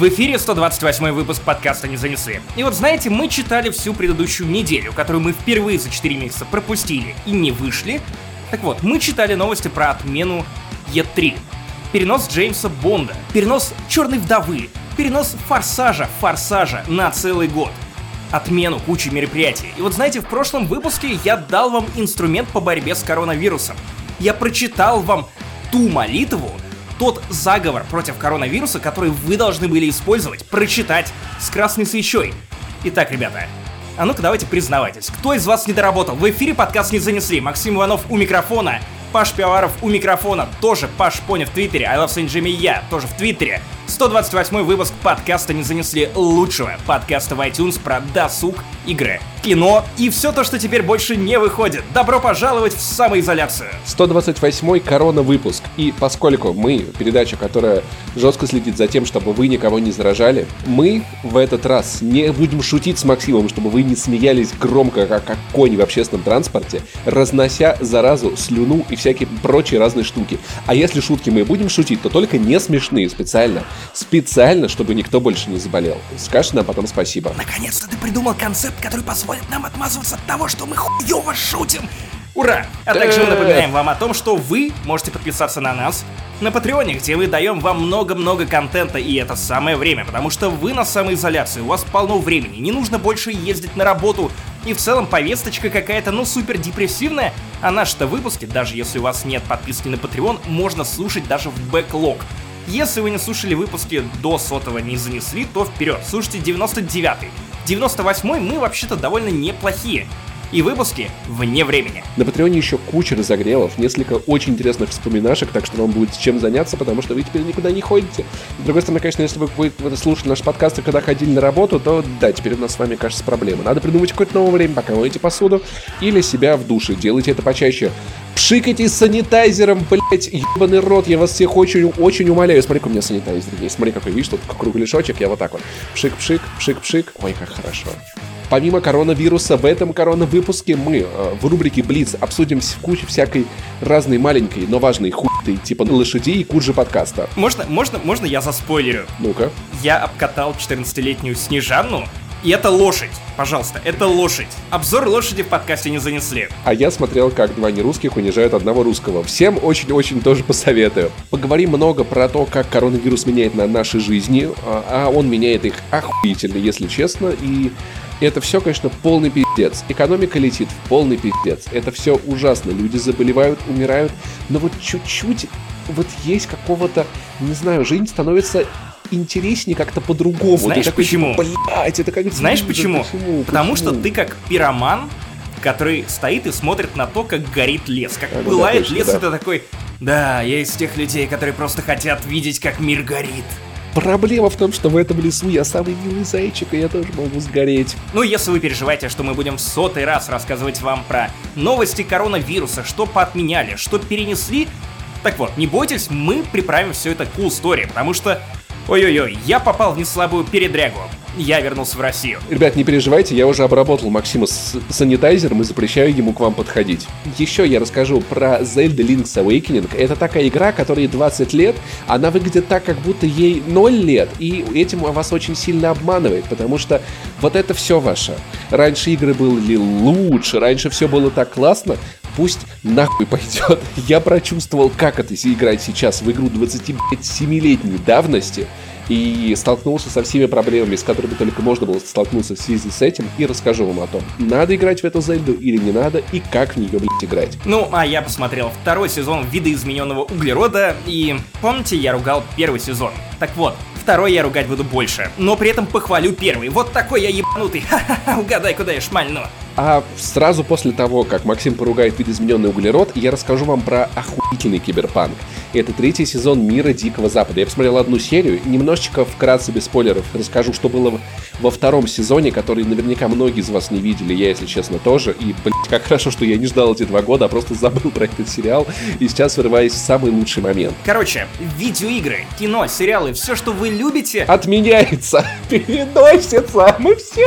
В эфире 128 выпуск подкаста «Не занесли». И вот знаете, мы читали всю предыдущую неделю, которую мы впервые за 4 месяца пропустили и не вышли. Так вот, мы читали новости про отмену Е3, перенос Джеймса Бонда, перенос Черной Вдовы, перенос Форсажа на целый год, отмену кучи мероприятий. И вот знаете, в прошлом выпуске я дал вам инструмент по борьбе с коронавирусом. Я прочитал вам ту молитву, тот заговор против коронавируса, который вы должны были использовать, прочитать с красной свечой. Итак, ребята, а ну-ка давайте признавайтесь, кто из вас не доработал? В эфире подкаст «Не занесли». Максим Иванов у микрофона, Паш Пивоваров у микрофона, тоже Паш Поня в Твиттере, I Love Saint Jimmy я тоже в Твиттере. 128 выпуск подкаста «Не занесли», лучшего подкаста в iTunes про досуг, игры, кино и все то, что теперь больше не выходит. Добро пожаловать в самоизоляцию. 128-й корона-выпуск. И поскольку мы, передача, которая жестко следит за тем, чтобы вы никого не заражали, мы в этот раз не будем шутить с Максимом, чтобы вы не смеялись громко, как конь в общественном транспорте, разнося заразу, слюну и всякие прочие разные штуки. А если шутки мы будем шутить, то только не смешные, специально, чтобы никто больше не заболел. Скажешь нам потом спасибо. Наконец-то ты придумал концепт, который позволит нам отмазываться от того, что мы хуёво шутим. Ура! А также мы напоминаем вам о том, что вы можете подписаться на нас на Патреоне, где мы даем вам много-много контента, и это самое время, потому что вы на самоизоляции, у вас полно времени, не нужно больше ездить на работу, и в целом повесточка какая-то, супер депрессивная, а наши-то выпуски, даже если у вас нет подписки на Patreon, можно слушать даже в бэклог. Если вы не слушали выпуски до 100-го «Не занесли», то вперед, слушайте 99-й. 98-й мы вообще-то довольно неплохие. И выпуски вне времени. На Патреоне еще куча разогревов, несколько очень интересных вспоминашек, так что вам будет с чем заняться, потому что вы теперь никуда не ходите. С другой стороны, конечно, если вы слушали наши подкасты, когда ходили на работу, то да, теперь у нас с вами, кажется, проблемы. Надо придумать какое-то новое время, пока моете посуду или себя в душе. Делайте это почаще. Пшикайте санитайзером, блять, ебаный рот, я вас всех очень умоляю. Смотри, какой у меня санитайзер есть. Смотри, какой, видишь, тут кругляшочек, я вот так вот. Пшик-пшик, пшик-пшик. Ой, как хорошо. Помимо коронавируса, в этом коронавыпуске мы в рубрике «Блиц» обсудим кучу всякой разной маленькой, но важной хуйты, типа лошадей и куджи подкаста. Можно я заспойлерю? Ну-ка. Я обкатал 14-летнюю Снежанну, и это лошадь. Пожалуйста, это лошадь. Обзор лошади в подкасте «Не занесли». А я смотрел, как два нерусских унижают одного русского. Всем очень-очень тоже посоветую. Поговорим много про то, как коронавирус меняет на нашей жизни, а он меняет их охуительно, если честно, и... это все, конечно, полный пиздец. Экономика летит в полный пиздец. Это все ужасно. Люди заболевают, умирают. Но вот чуть-чуть вот есть какого-то, не знаю, жизнь становится интереснее как-то по-другому. Знаешь такой, почему? Блядь, это как... Знаешь почему? Потому что ты как пироман, который стоит и смотрит на то, как горит лес. Как пылает лес, да. И ты такой... Да, я из тех людей, которые просто хотят видеть, как мир горит. Проблема в том, что в этом лесу я самый милый зайчик, и я тоже могу сгореть. Ну, если вы переживаете, что мы будем в 100-й раз рассказывать вам про новости коронавируса, что поотменяли, что перенесли, так вот, не бойтесь, мы приправим все это cool story, потому что... Ой-ой-ой, я попал в неслабую передрягу. Я вернулся в Россию. Ребят, не переживайте, я уже обработал Максима с санитайзером и запрещаю ему к вам подходить. Еще я расскажу про Zelda Link's Awakening. Это такая игра, которой 20 лет, она выглядит так, как будто ей 0 лет, и этим вас очень сильно обманывает, потому что вот это все ваше. Раньше игры были лучше, раньше все было так классно. Пусть нахуй пойдет. Я прочувствовал, как это играть сейчас в игру 27-летней давности и столкнулся со всеми проблемами, с которыми только можно было столкнуться в связи с этим, и расскажу вам о том, надо играть в эту Зельду или не надо, и как в нее, блядь, играть. Ну, а я посмотрел второй сезон «Видоизмененного углерода», и помните, я ругал первый сезон? Так вот, второй я ругать буду больше, но при этом похвалю первый. Вот такой я ебанутый. Ха-ха-ха, угадай, куда я шмальну. А сразу после того, как Максим поругает «Видоизмененный углерод», я расскажу вам про охуительный киберпанк. Это 3-й сезон «Мира Дикого Запада». Я посмотрел одну серию, немножечко вкратце, без спойлеров, расскажу, что было во втором сезоне, который наверняка многие из вас не видели, я, если честно, тоже. И, блядь, как хорошо, что я не ждал эти 2 года, а просто забыл про этот сериал, и сейчас вырываюсь в самый лучший момент. Короче, видеоигры, кино, сериалы, все, что вы любите... Отменяется, переносится, мы все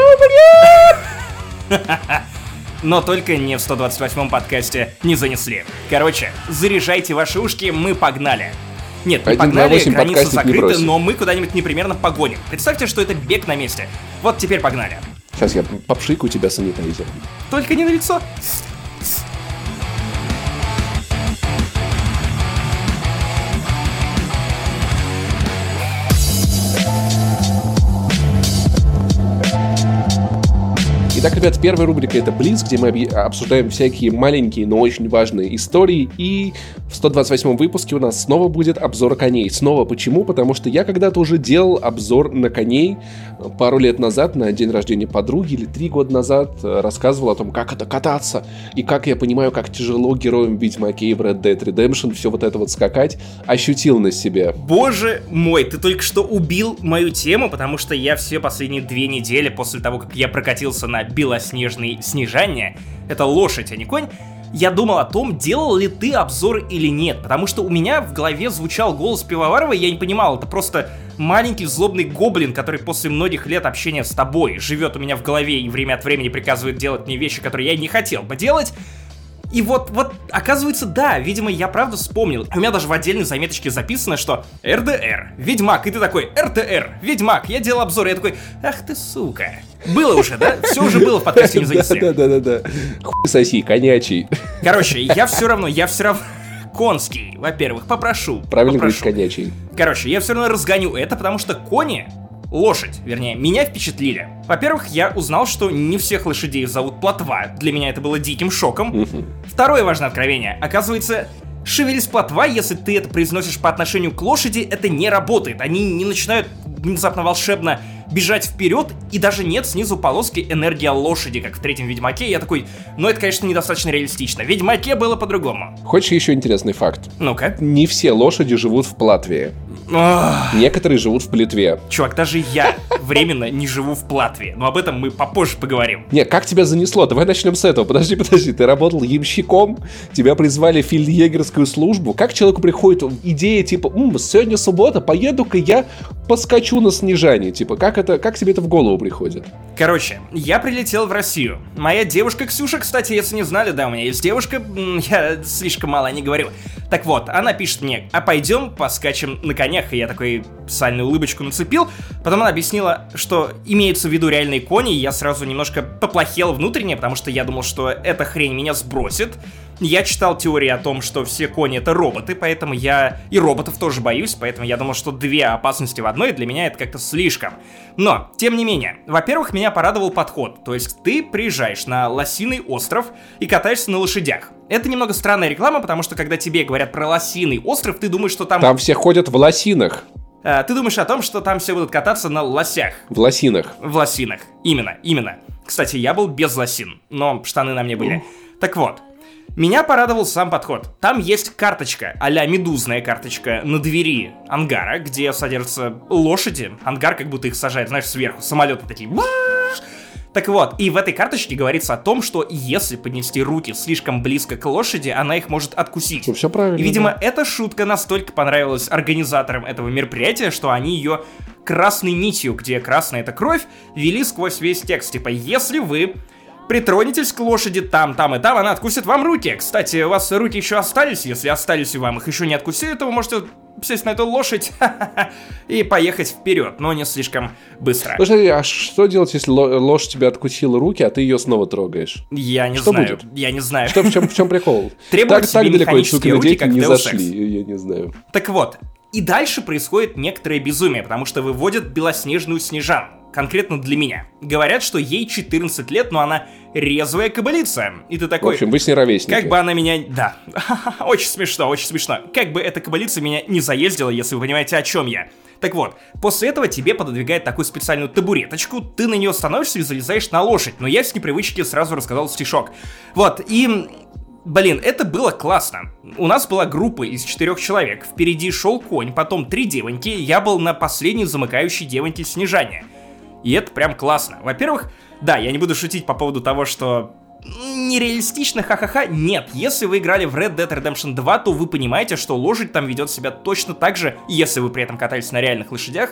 умрем! Но только не в 128-м подкасте «Не занесли». Короче, заряжайте ваши ушки, мы погнали. Нет, не погнали, границы закрыты, но мы куда-нибудь непримерно погоним. Представьте, что это бег на месте. Вот теперь погнали. Сейчас я попшикаю тебя санитайзером. Только не на лицо. Итак, ребят, первая рубрика — это Блиц, где мы обсуждаем всякие маленькие, но очень важные истории. И в 128-м выпуске у нас снова будет обзор коней. Снова почему? Потому что я когда-то уже делал обзор на коней пару лет назад, на день рождения подруги, или 3 года назад, рассказывал о том, как это кататься, и как я понимаю, как тяжело героям в Ведьмаке и в Red Dead Redemption все вот это вот скакать, ощутил на себе. Боже мой, ты только что убил мою тему, потому что я все последние 2 недели после того, как я прокатился на белоснежные снижания, это лошадь, а не конь, я думал о том, делал ли ты обзор или нет, потому что у меня в голове звучал голос Пивоваровой, я не понимал, это просто маленький злобный гоблин, который после многих лет общения с тобой живет у меня в голове и время от времени приказывает делать мне вещи, которые я не хотел бы делать. И вот, оказывается, да, видимо, я правда вспомнил. У меня даже в отдельной заметочке записано, что РДР, Ведьмак, и ты такой, РТР, Ведьмак, я делал обзор, и я такой, ах ты сука. Было уже, да? Все уже было в подкасте «Не занеси». Да. Хуй соси, конячий. Короче, я все равно конский, во-первых, попрошу. Правильно говоришь, конячий. Короче, я все равно разгоню это, потому что кони... Лошадь, вернее, меня впечатлили. Во-первых, я узнал, что не всех лошадей зовут Плотва. Для меня это было диким шоком. Второе важное откровение. Оказывается, шевелись Плотва, если ты это произносишь по отношению к лошади, это не работает. Они не начинают внезапно волшебно бежать вперед, и даже нет снизу полоски «Энергия лошади», как в 3-м Ведьмаке. Я такой, ну это, конечно, недостаточно реалистично. В Ведьмаке было по-другому. Хочешь еще интересный факт? Ну-ка. Не все лошади живут в Платве. Некоторые живут в Плитве. Чувак, даже я временно не живу в Платве, но об этом мы попозже поговорим. Не, как тебя занесло? Давай начнем с этого. Подожди, ты работал ямщиком, тебя призвали в фельдъегерскую службу. Как человеку приходит идея, типа, сегодня суббота, поеду-ка я поскочу на снижании. Типа, как тебе это в голову приходит? Короче, я прилетел в Россию. Моя девушка Ксюша, кстати, если не знали, да, у меня есть девушка, я слишком мало не говорю. Так вот, она пишет мне, а пойдем поскачем на конях, и я такой сальную улыбочку нацепил. Потом она объяснила, что имеются в виду реальные кони, и я сразу немножко поплохел внутренне, потому что я думал, что эта хрень меня сбросит. Я читал теории о том, что все кони — это роботы, поэтому я и роботов тоже боюсь, поэтому я думал, что 2 опасности в одной для меня это как-то слишком. Но, тем не менее, во-первых, меня порадовал подход, то есть ты приезжаешь на Лосиный остров и катаешься на лошадях. Это немного странная реклама, потому что когда тебе говорят про Лосиный остров, ты думаешь, что там... Там все ходят в лосинах. Ты думаешь о том, что там все будут кататься на лосях. В лосинах. В лосинах, именно. Кстати, я был без лосин, но штаны на мне были. Так вот. Меня порадовал сам подход. Там есть карточка, а-ля медузная карточка на двери ангара, где содержатся лошади. Ангар как будто их сажает, знаешь, сверху. Самолеты такие. Так вот, и в этой карточке говорится о том, что если поднести руки слишком близко к лошади, она их может откусить. Ну, все правильно. И, видимо, эта шутка настолько понравилась организаторам этого мероприятия, что они ее красной нитью, где красная — это кровь, вели сквозь весь текст. Типа, если вы притронетесь к лошади там и там, она откусит вам руки. Кстати, у вас руки еще остались? Если остались и вам их еще не откусили, то вы можете сесть на эту лошадь и поехать вперед, но не слишком быстро. Слушай, а что делать, если лошадь тебя откусила руки, а ты ее снова трогаешь? Я не знаю. Что, в чем прикол? Требуют себе механические руки, как в не Deus Ex. зашли, я не знаю. Так вот, и дальше происходит некоторое безумие, потому что выводят белоснежную Снежану. Конкретно для меня. Говорят, что ей 14 лет, но она резвая кобылица. И ты такой... В общем, вы с ней ровесники. Как бы она меня... Да. Очень смешно. Как бы эта кобылица меня не заездила, если вы понимаете, о чем я. Так вот, после этого тебе пододвигает такую специальную табуреточку, ты на нее становишься и залезаешь на лошадь. Но я с непривычки сразу рассказал стишок. Вот, и... Блин, это было классно. У нас была группа из 4 человек. Впереди шел конь, потом 3 девоньки. Я был на последней замыкающей девоньке Снежане. И это прям классно. Во-первых, да, я не буду шутить по поводу того, что нереалистично, ха-ха-ха. Нет, если вы играли в Red Dead Redemption 2, то вы понимаете, что лошадь там ведет себя точно так же, если вы при этом катались на реальных лошадях,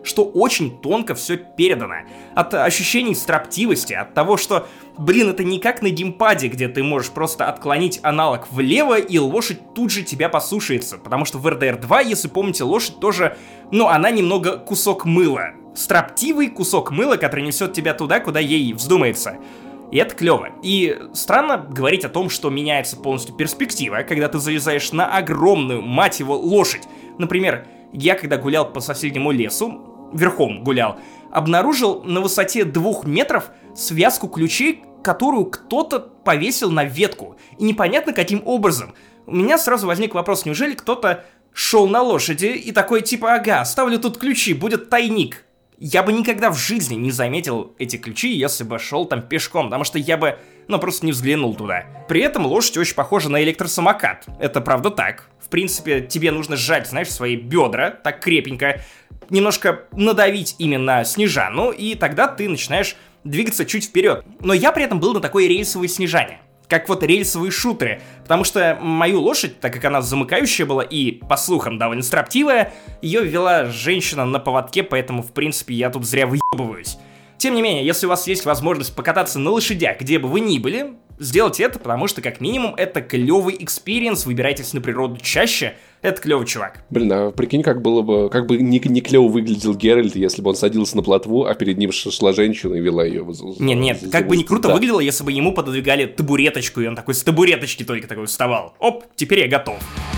что очень тонко все передано. От ощущений строптивости, от того, что, это не как на геймпаде, где ты можешь просто отклонить аналог влево, и лошадь тут же тебя послушается. Потому что в RDR 2, если помните, лошадь тоже, она немного кусок мыла. Строптивый кусок мыла, который несет тебя туда, куда ей вздумается. И это клево. И странно говорить о том, что меняется полностью перспектива, когда ты залезаешь на огромную, мать его, лошадь. Например, я когда гулял по соседнему лесу, верхом гулял, обнаружил на высоте 2 метров связку ключей, которую кто-то повесил на ветку. И непонятно каким образом. У меня сразу возник вопрос, неужели кто-то шел на лошади и такой типа, ага, ставлю тут ключи, будет тайник. Я бы никогда в жизни не заметил эти ключи, если бы шел там пешком, потому что я бы, просто не взглянул туда. При этом лошадь очень похожа на электросамокат. Это правда так. В принципе, тебе нужно сжать, свои бедра так крепенько, немножко надавить именно снежану, и тогда ты начинаешь двигаться чуть вперед. Но я при этом был на такой рельсовой снежане. Как рельсовые шутеры. Потому что мою лошадь, так как она замыкающая была и, по слухам, довольно строптивая, ее вела женщина на поводке, поэтому, в принципе, я тут зря выебываюсь. Тем не менее, если у вас есть возможность покататься на лошадях, где бы вы ни были, сделайте это, потому что, как минимум, это клевый экспириенс, выбирайтесь на природу чаще, это клевый чувак. А прикинь, как бы не клево выглядел Геральт, если бы он садился на плотву, а перед ним шла женщина и вела ее. Нет, как бы не круто выглядело, если бы ему пододвигали табуреточку, и он такой с табуреточки только такой вставал. Оп, теперь я готов.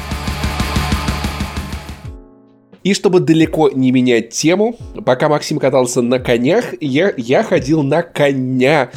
И чтобы далеко не менять тему, пока Максим катался на конях, я ходил на коня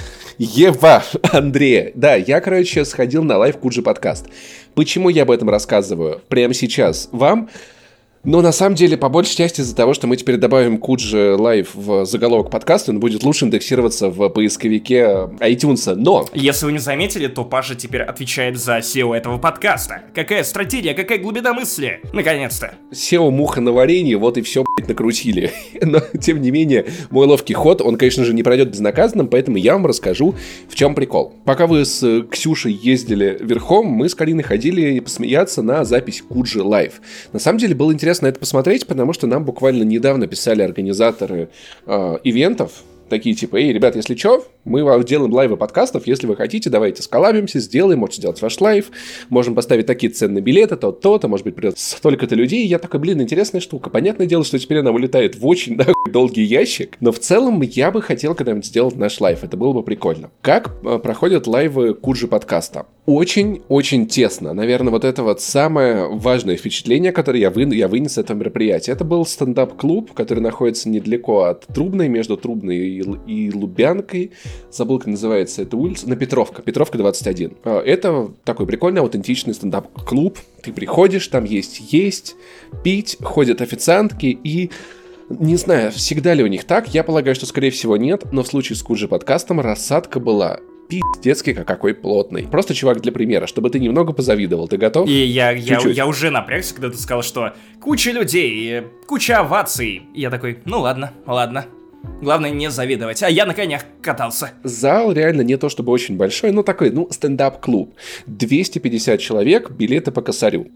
Андрея. Да, я, сходил на лайв Куджи подкаст. Почему я об этом рассказываю прямо сейчас вам? Но на самом деле, по большей части из-за того, что мы теперь добавим Куджи Лайв в заголовок подкаста, он будет лучше индексироваться в поисковике iTunes. Но... Если вы не заметили, то Паша теперь отвечает за SEO этого подкаста. Какая стратегия, какая глубина мысли? Наконец-то. SEO муха на варенье, вот и все, накрутили. Но, тем не менее, мой ловкий ход, он, конечно же, не пройдет безнаказанным, поэтому я вам расскажу, в чем прикол. Пока вы с Ксюшей ездили верхом, мы с Кариной ходили посмеяться на запись Куджи Лайв. На самом деле, было интересно это посмотреть, потому что нам буквально недавно писали организаторы ивентов, такие типа, эй, ребят, если что, мы вам делаем лайвы подкастов, если вы хотите, давайте сколлабимся, сделаем, можете сделать ваш лайв, можем поставить такие ценные билеты, то-то, может быть, придет столько-то людей. Я такой, интересная штука. Понятное дело, что теперь она вылетает в очень долгий ящик, но в целом я бы хотел когда-нибудь сделать наш лайв, это было бы прикольно. Как проходят лайвы Куджи подкаста? Очень-очень тесно. Наверное, вот это вот самое важное впечатление, которое я вынес с этого мероприятия. Это был стендап-клуб, который находится недалеко от Трубной, между Трубной и Лубянкой. Забыл, как называется эта улица. Петровка 21. Это такой прикольный, аутентичный стендап-клуб. Ты приходишь, там есть, пить, ходят официантки и... Не знаю, всегда ли у них так, я полагаю, что скорее всего нет, но в случае с Куджи подкастом рассадка была пиздецкий какой плотный. Просто, чувак, для примера, чтобы ты немного позавидовал. Ты готов? И я уже напрягся, когда ты сказал, что куча людей, куча оваций. И я такой, ладно. Главное не завидовать. А я на конях катался. Зал реально не то чтобы очень большой, но такой, стендап-клуб. 250 человек, билеты по косарю.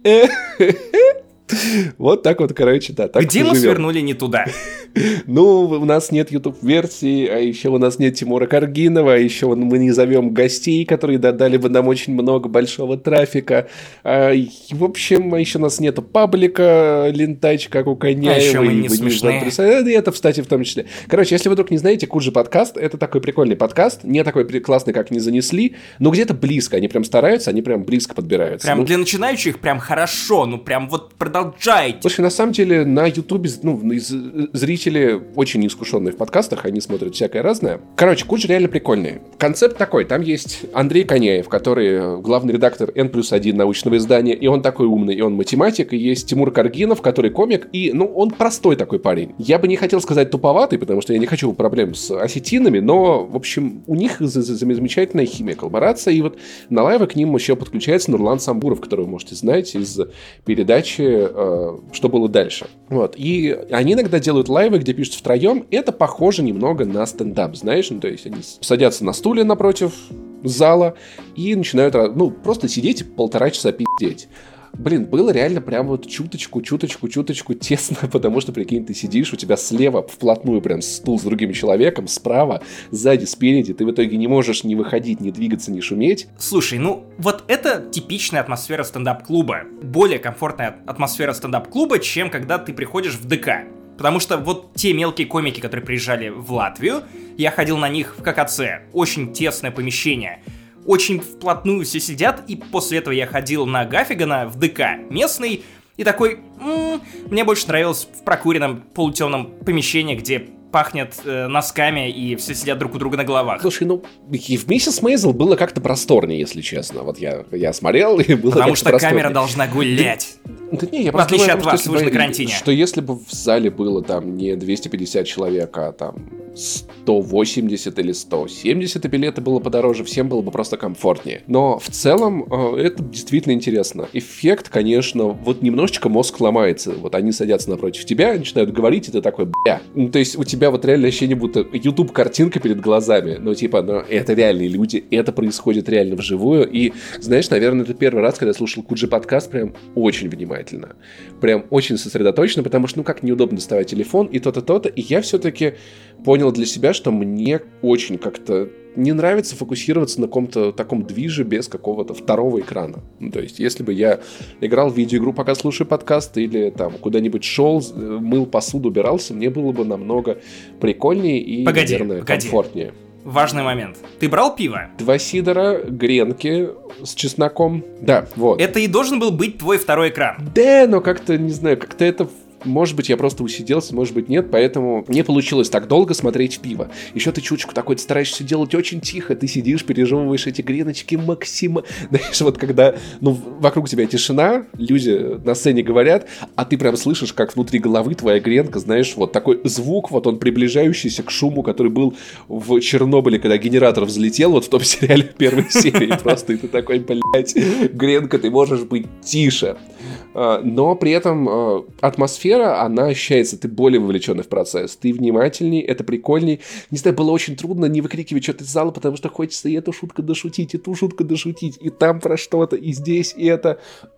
Вот так вот, да. Так где мы свернули не туда? У нас нет YouTube-версии, а еще у нас нет Тимура Каргинова, а еще мы не зовем гостей, которые дали бы нам очень много большого трафика. В общем, еще у нас нету паблика лентач, как у Коняева. А еще мы не смешные. Это, кстати, в том числе. если вы вдруг не знаете, Куджи подкаст — это такой прикольный подкаст, не такой классный, как «Не занесли», но где-то близко. Они прям стараются, они прям близко подбираются. Прям для начинающих прям хорошо, прям вот продолжайте. Слушай, на самом деле на Ютубе, зрители очень неискушенные в подкастах, они смотрят всякое разное. Куджи реально прикольный. Концепт такой, там есть Андрей Коняев, который главный редактор N+1 научного издания, и он такой умный, и он математик, и есть Тимур Каргинов, который комик, и, он простой такой парень. Я бы не хотел сказать туповатый, потому что я не хочу проблем с осетинами, но, в общем, у них замечательная химия, коллаборация, и вот на лайве к ним еще подключается Нурлан Самбуров, которого вы можете знать из передачи «Что было дальше?». Вот. И они иногда делают лайвы, где пишут втроем. Это похоже немного на стендап, знаешь? То есть они садятся на стуле напротив зала и начинают, просто сидеть и 1,5 часа пиздеть. блин, было реально прям вот чуточку тесно, потому что, прикинь, ты сидишь, у тебя слева вплотную прям стул с другим человеком, справа, сзади, спереди, ты в итоге не можешь ни выходить, ни двигаться, ни шуметь. Слушай, ну вот это типичная атмосфера стендап-клуба. Более комфортная атмосфера стендап-клуба, чем когда ты приходишь в ДК. Потому что вот те мелкие комики, которые приезжали в Латвию, я ходил на них в ККЦ. Очень тесное помещение. Очень вплотную все сидят, и после этого я ходил на Гаффигана в ДК местный, и такой, мне больше нравилось в прокуренном полутемном помещении, где пахнет носками, и все сидят друг у друга на головах. Слушай, ну, и в Миссис Мейзел было как-то просторнее, если честно. Вот я смотрел, и было Потому что просторнее. камера должна гулять. Да не, я в отличие думаю, от вас, вы же на карантине. Что если бы в зале было там не 250 человек, а там 180 или 170, и билеты было подороже, всем было бы просто комфортнее. Но в целом это действительно интересно. Эффект, конечно, вот немножечко мозг ломается. Вот они садятся напротив тебя, начинают говорить, и ты такой, бля. Ну, то есть у тебя вот реально ощущение, будто YouTube-картинка перед глазами. Ну, типа, ну, это реальные люди, это происходит реально вживую. И, знаешь, наверное, это первый раз, когда я слушал Куджи подкаст, прям очень внимательно. Прям очень сосредоточенно, потому что, ну, как неудобно доставать телефон и то-то, то-то. И я все-таки понял для себя, что мне очень как-то не нравится фокусироваться на каком-то таком движе без какого-то второго экрана. Ну, то есть, если бы я играл в видеоигру, пока слушаю подкаст, или там куда-нибудь шел, мыл посуду, убирался, мне было бы намного прикольнее и, наверное, комфортнее. Важный момент. Ты брал пиво? 2 сидора, гренки с чесноком. Да, вот. Это и должен был быть твой второй экран. Да, но как-то, не знаю, как-то это... Может быть, я просто усиделся, может быть, нет, поэтому не получилось так долго смотреть в пиво. Еще ты чуточку такой, ты стараешься делать очень тихо, ты сидишь, пережевываешь эти греночки максимально. Знаешь, вот когда, ну, вокруг тебя тишина, люди на сцене говорят, а ты прям слышишь, как внутри головы твоя гренка, знаешь, вот такой звук, вот он приближающийся к шуму, который был в Чернобыле, когда генератор взлетел, вот в том сериале первой серии просто, и ты такой, блядь, гренка, ты можешь быть тише. Но при этом атмосфера, она ощущается, ты более вовлеченный в процесс, ты внимательней, это прикольней. Не знаю, было очень трудно не выкрикивать что-то из зала, потому что хочется и эту шутку дошутить, и ту шутку дошутить, и там про что-то, и здесь, и это.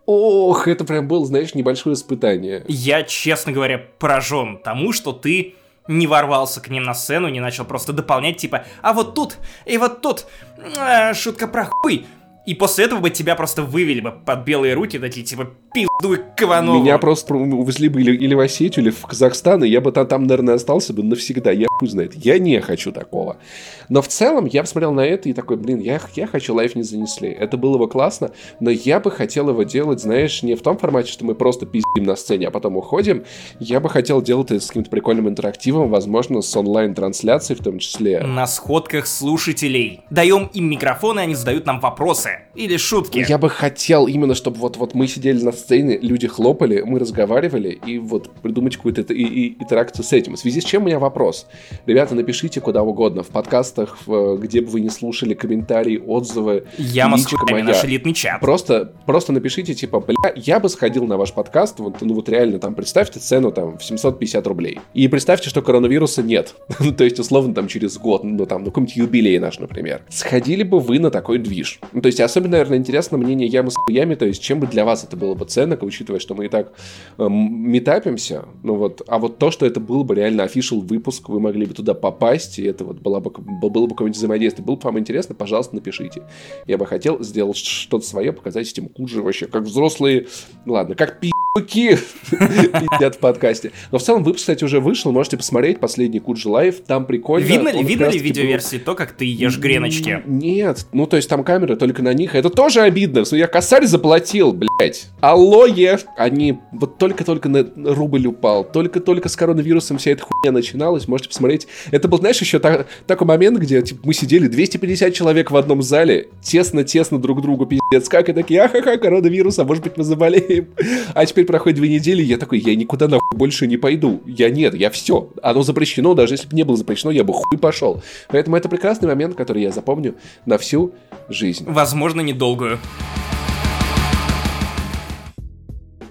Ох, это прям было, знаешь, небольшое испытание. Я, честно говоря, поражен тому, что ты не ворвался к ним на сцену, не начал просто дополнять, типа, а вот тут, и вот тут, шутка про хуй. И после этого бы тебя просто вывели бы под белые руки, такие типа пиздуй к Иванову. Меня просто увезли бы или в Осетию, или в Казахстан, и я бы там, наверное, остался бы навсегда. Я хуй знает. Я не хочу такого. Но в целом я посмотрел на это и такой, блин, я хочу Live не занесли. Это было бы классно, но я бы хотел его делать, знаешь, не в том формате, что мы просто пиздим на сцене, а потом уходим. Я бы хотел делать это с каким-то прикольным интерактивом, возможно, с онлайн-трансляцией в том числе. На сходках слушателей. Даем им микрофоны, они задают нам вопросы. Или шутки. Я бы хотел именно, чтобы вот мы сидели на сцене, люди хлопали, мы разговаривали, и вот придумать какую-то интеракцию с этим. В связи с чем у меня вопрос. Ребята, напишите куда угодно, в подкастах, где бы вы не слушали, комментарии, отзывы. Яма с хуями, наш элитный чат. Просто напишите, типа, бля, я бы сходил на ваш подкаст, вот реально там представьте цену там в 750 рублей. И представьте, что коронавируса нет. То есть, условно, там через год, ну там, какой-нибудь юбилей наш, например. Сходили бы вы на такой движ? Ну, то есть, особенно, наверное, интересно мнение Ямы с хуями, то есть, чем бы для вас это было бы ценно, учитывая, что мы и так метапимся, ну вот, а вот то, что это был бы реально official выпуск, вы могли бы туда попасть, и это вот было бы какое-нибудь взаимодействие, было бы вам интересно, пожалуйста, напишите. Я бы хотел сделать что-то свое, показать этим Куджи вообще, как взрослые, ладно, как пи***ки пиздят в подкасте. Но в целом выпуск, кстати, уже вышел, можете посмотреть последний Куджи Лайв, там прикольно. Видно ли в видеоверсии то, как ты ешь греночки? Нет, ну то есть там камера только на них, это тоже обидно, что я косарь заплатил, блять. Алло, они вот только-только на рубль упал, только-только с коронавирусом вся эта хуйня начиналась, можете посмотреть. Это был, знаешь, еще такой момент, где типа, мы сидели 250 человек в одном зале, тесно-тесно друг другу пиздец, как и такие, ахаха, коронавирус, а может быть мы заболеем. А теперь проходит 2 недели, я такой, я никуда нахуй больше не пойду. Я все. Оно запрещено, даже если бы не было запрещено, я бы хуй пошел. Поэтому это прекрасный момент, который я запомню на всю жизнь. Возможно, недолгую.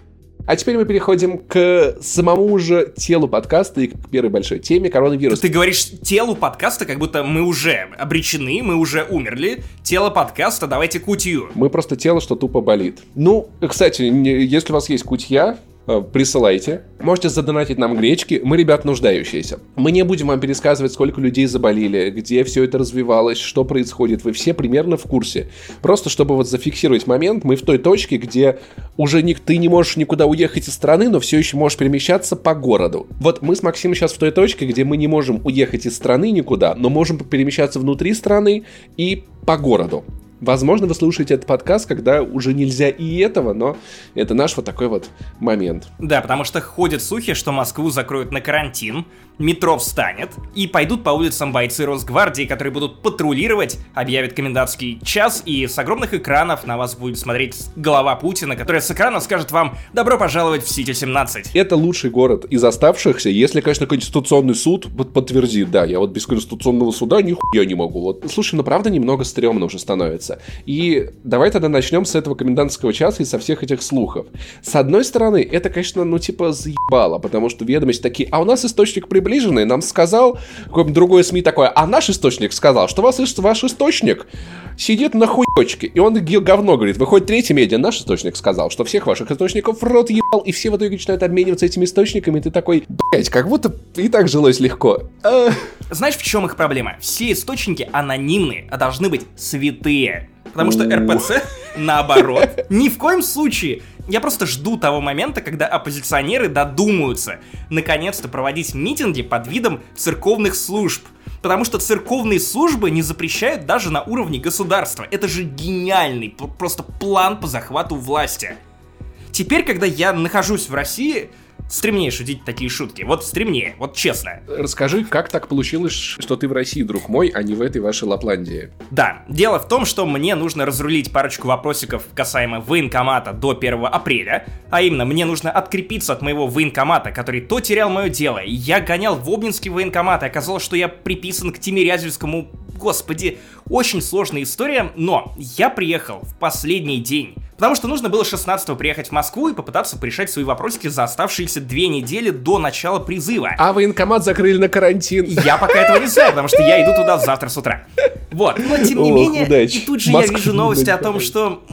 А теперь мы переходим к самому же телу подкаста и к первой большой теме — коронавирус. Ты говоришь телу подкаста, как будто мы уже обречены, мы уже умерли. Тело подкаста, давайте кутью. Мы просто тело, что тупо болит. Ну, кстати, если у вас есть кутья, присылайте. Можете задонатить нам гречки. Мы, ребят, нуждающиеся. Мы не будем вам пересказывать, сколько людей заболели, где все это развивалось, что происходит. Вы все примерно в курсе. Просто чтобы вот зафиксировать момент, мы в той точке, где уже ты не можешь никуда уехать из страны, но все еще можешь перемещаться по городу. Вот мы с Максимом сейчас в той точке, где мы не можем уехать из страны никуда, но можем перемещаться внутри страны и по городу. Возможно, вы слушаете этот подкаст, когда уже нельзя и этого, но это наш вот такой вот момент. Да, потому что ходят слухи, что Москву закроют на карантин, метро встанет, и пойдут по улицам бойцы Росгвардии, которые будут патрулировать, объявят комендантский час, и с огромных экранов на вас будет смотреть голова Путина, которая с экрана скажет вам «Добро пожаловать в Сити-17». Это лучший город из оставшихся, если, конечно, Конституционный суд подтвердит. Да, я вот без Конституционного суда нихуя не могу. Вот. Слушай, ну правда немного стрёмно уже становится. И давай тогда начнем с этого комендантского часа и со всех этих слухов. С одной стороны, это, конечно, ну типа заебало, потому что ведомости такие, а у нас источник приближенный, нам сказал, какое-нибудь другое СМИ такое, а наш источник сказал, что ваш источник сидит на хуёчке, и он говно говорит. Выходит третий медиа, наш источник сказал, что всех ваших источников в рот ебал, и все в итоге начинают обмениваться этими источниками, и ты такой, блять, как будто и так жилось легко. Знаешь, в чем их проблема? Все источники анонимные, а должны быть святые. Потому что РПЦ, наоборот, ни в коем случае. Я просто жду того момента, когда оппозиционеры додумаются наконец-то проводить митинги под видом церковных служб. Потому что церковные службы не запрещают даже на уровне государства. Это же гениальный просто план по захвату власти. Теперь, когда я нахожусь в России, стремнее шутить такие шутки. Вот стремнее, вот честно. Расскажи, как так получилось, что ты в России, друг мой, а не в этой вашей Лапландии? Да, дело в том, что мне нужно разрулить парочку вопросиков касаемо военкомата до 1 апреля. А именно, мне нужно открепиться от моего военкомата, который то терял мое дело. И я гонял в Обнинский военкомат, и оказалось, что я приписан к Тимирязевскому. Господи, очень сложная история, но я приехал в последний день. Потому что нужно было 16-го приехать в Москву и попытаться порешать свои вопросики за оставшиеся 2 недели до начала призыва. А военкомат закрыли на карантин. Я пока этого не знаю, потому что я иду туда завтра с утра. Вот, но тем не менее, удачи. И тут же я вижу новости о том, что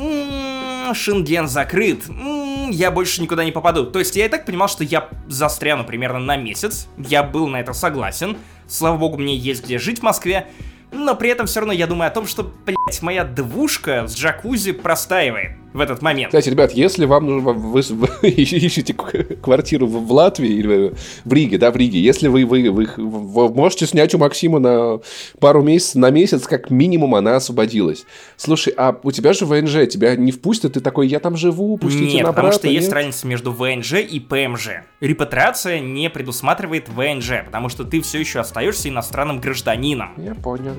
Шенген закрыт, я больше никуда не попаду. То есть я и так понимал, что я застряну примерно на месяц, я был на это согласен, слава богу, мне есть где жить в Москве. Но при этом все равно я думаю о том, что, блять, моя двушка с джакузи простаивает в этот момент. Кстати, ребят, если вам нужно, вы ищете квартиру в Латвии или в Риге, да, в Риге, если вы можете снять у Максима на пару месяцев, на месяц, как минимум, она освободилась. Слушай, а у тебя же ВНЖ, тебя не впустят, ты такой, я там живу, пустите Нет, обратно. потому что есть разница между ВНЖ и ПМЖ. Репатриация не предусматривает ВНЖ, потому что ты все еще остаешься иностранным гражданином. Я понял.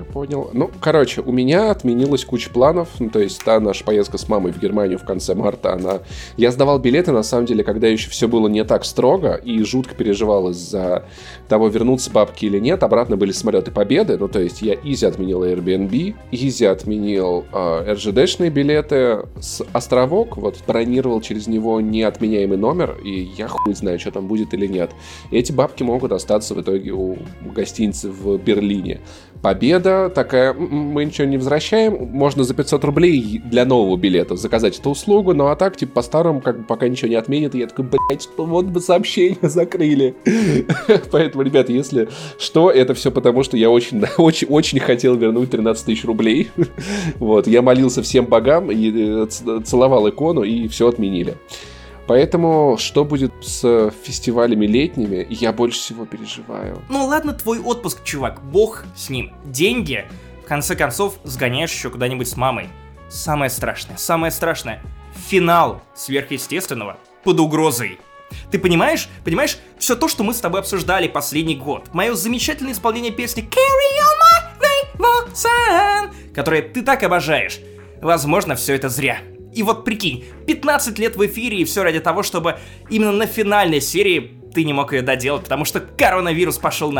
Ну, короче, у меня отменилась куча планов. Ну, то есть та наша поездка с мамой в Германию в конце марта, Я сдавал билеты, на самом деле, когда еще все было не так строго, и жутко переживал из-за того, вернутся бабки или нет. Обратно были самолеты Победы. Ну, то есть я изи отменил Airbnb, изи отменил РЖДшные билеты с Островок, вот бронировал через него неотменяемый номер, и я хуй знаю, что там будет или нет. И эти бабки могут остаться в итоге у гостиницы в Берлине. Победа такая, мы ничего не возвращаем, можно за 500 рублей для нового билета заказать эту услугу, ну а так, типа, по-старому, как бы пока ничего не отменят, и я такой, блять, вот бы сообщение закрыли. Поэтому, ребята, если что, это все потому, что я очень хотел вернуть 13 тысяч рублей. Вот, я молился всем богам, и целовал икону, и все отменили. Поэтому, что будет с фестивалями летними, я больше всего переживаю. Ну ладно, твой отпуск, чувак, бог с ним. Деньги, в конце концов, сгоняешь еще куда-нибудь с мамой. Самое страшное, финал сверхъестественного под угрозой. Ты понимаешь, все то, что мы с тобой обсуждали последний год, мое замечательное исполнение песни Carry on my way, son, которое ты так обожаешь, возможно, все это зря. И вот прикинь, 15 лет в эфире, и все ради того, чтобы именно на финальной серии ты не мог ее доделать, потому что коронавирус пошел нахуй.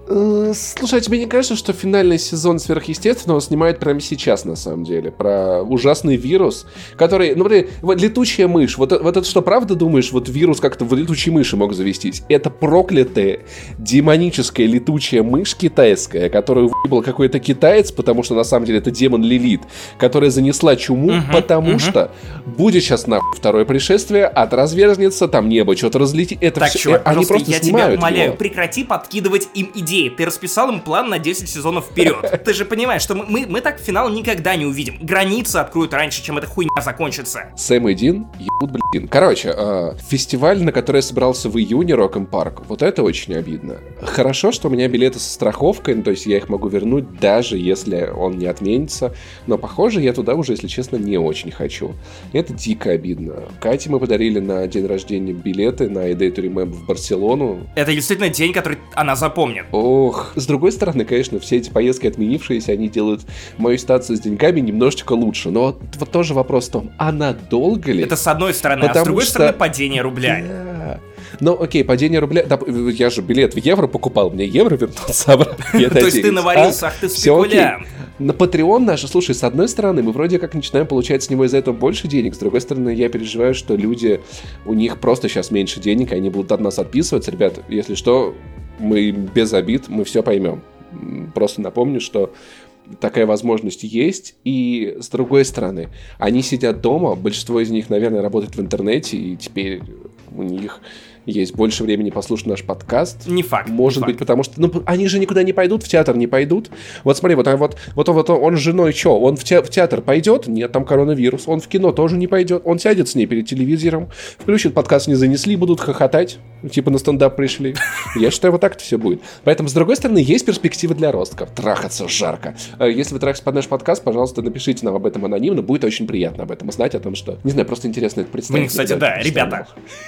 Слушай, а тебе не кажется, что финальный сезон «Сверхъестественного» снимает прямо сейчас, на самом деле? Про ужасный вирус, который... Ну, блин, вот летучая мышь. Вот это что, правда думаешь, вот вирус как-то в летучей мыши мог завестись? Это проклятая демоническая летучая мышь китайская, которую выебал какой-то китаец, потому что на самом деле это демон Лилит, которая занесла чуму, потому что будет сейчас нахуй второе пришествие, ад разверзнется, там небо что-то разлетит. Это так, все... чувак, Они просто я снимают тебя умоляю, его. прекрати подкидывать им идеи. Ты расписал им план на 10 сезонов вперед. Ты же понимаешь, что мы так финал никогда не увидим. Границы откроют раньше, чем эта хуйня закончится. Сэм и Дин ебут, блин. Короче, фестиваль, на который я собрался в июне, Rock'em Park, вот это очень обидно. Хорошо, что у меня билеты со страховкой, ну, то есть я их могу вернуть, даже если он не отменится. Но, похоже, я туда уже, если честно, не очень хочу. Это дико обидно. Кате мы подарили на день рождения билеты на A Day to Remember в Барселону. Это действительно день, который она запомнит. Ох, с другой стороны, конечно, все эти поездки отменившиеся, они делают мою ситуацию с деньгами немножечко лучше. Но вот тоже вопрос в том, а надолго ли? Это с одной стороны, а с другой стороны падение рубля. Да. Ну, окей, падение рубля... Да, я же билет в евро покупал, мне евро вернулся обратно. То есть ты наварился, ах ты спекулянт. На Patreon наш, слушай, с одной стороны, мы вроде как начинаем получать с него из-за этого больше денег, с другой стороны, я переживаю, что люди, у них просто сейчас меньше денег, и они будут от нас отписываться. Ребят, если что, мы без обид, мы все поймем. Просто напомню, что такая возможность есть, и с другой стороны, они сидят дома, большинство из них, наверное, работает в интернете, и теперь у них есть больше времени послушать наш подкаст. Не факт. Может быть, потому что они же никуда не пойдут, в театр не пойдут. Вот смотри, вот он с женой что? Он в театр пойдет? Нет, там коронавирус. Он в кино тоже не пойдет. Он сядет с ней перед телевизором, включит подкаст «Не занесли», будут хохотать. Типа на стендап пришли. Я считаю, вот так это все будет. Поэтому, с другой стороны, есть перспективы для ростков. Трахаться жарко. Если вы трахаетесь под наш подкаст, пожалуйста, напишите нам об этом анонимно. Будет очень приятно об этом узнать, о том, что... Не знаю, просто интересно это представить. Кстати, да, ребята.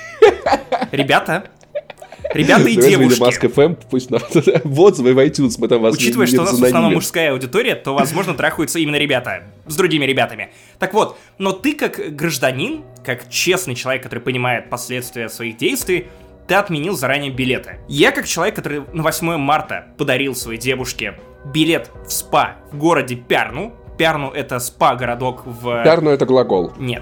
Ребята и девушки. Mask FM, пусть в отзывы в iTunes, мы там вас учитывая, что у нас в основном мужская аудитория, то, возможно, трахаются именно ребята с другими ребятами. Так вот, но ты как гражданин, как честный человек, который понимает последствия своих действий, ты отменил заранее билеты. Я как человек, который на 8 марта подарил своей девушке билет в спа в городе Пярну. Пярну — это спа-городок в... Пярну — это глагол. Нет,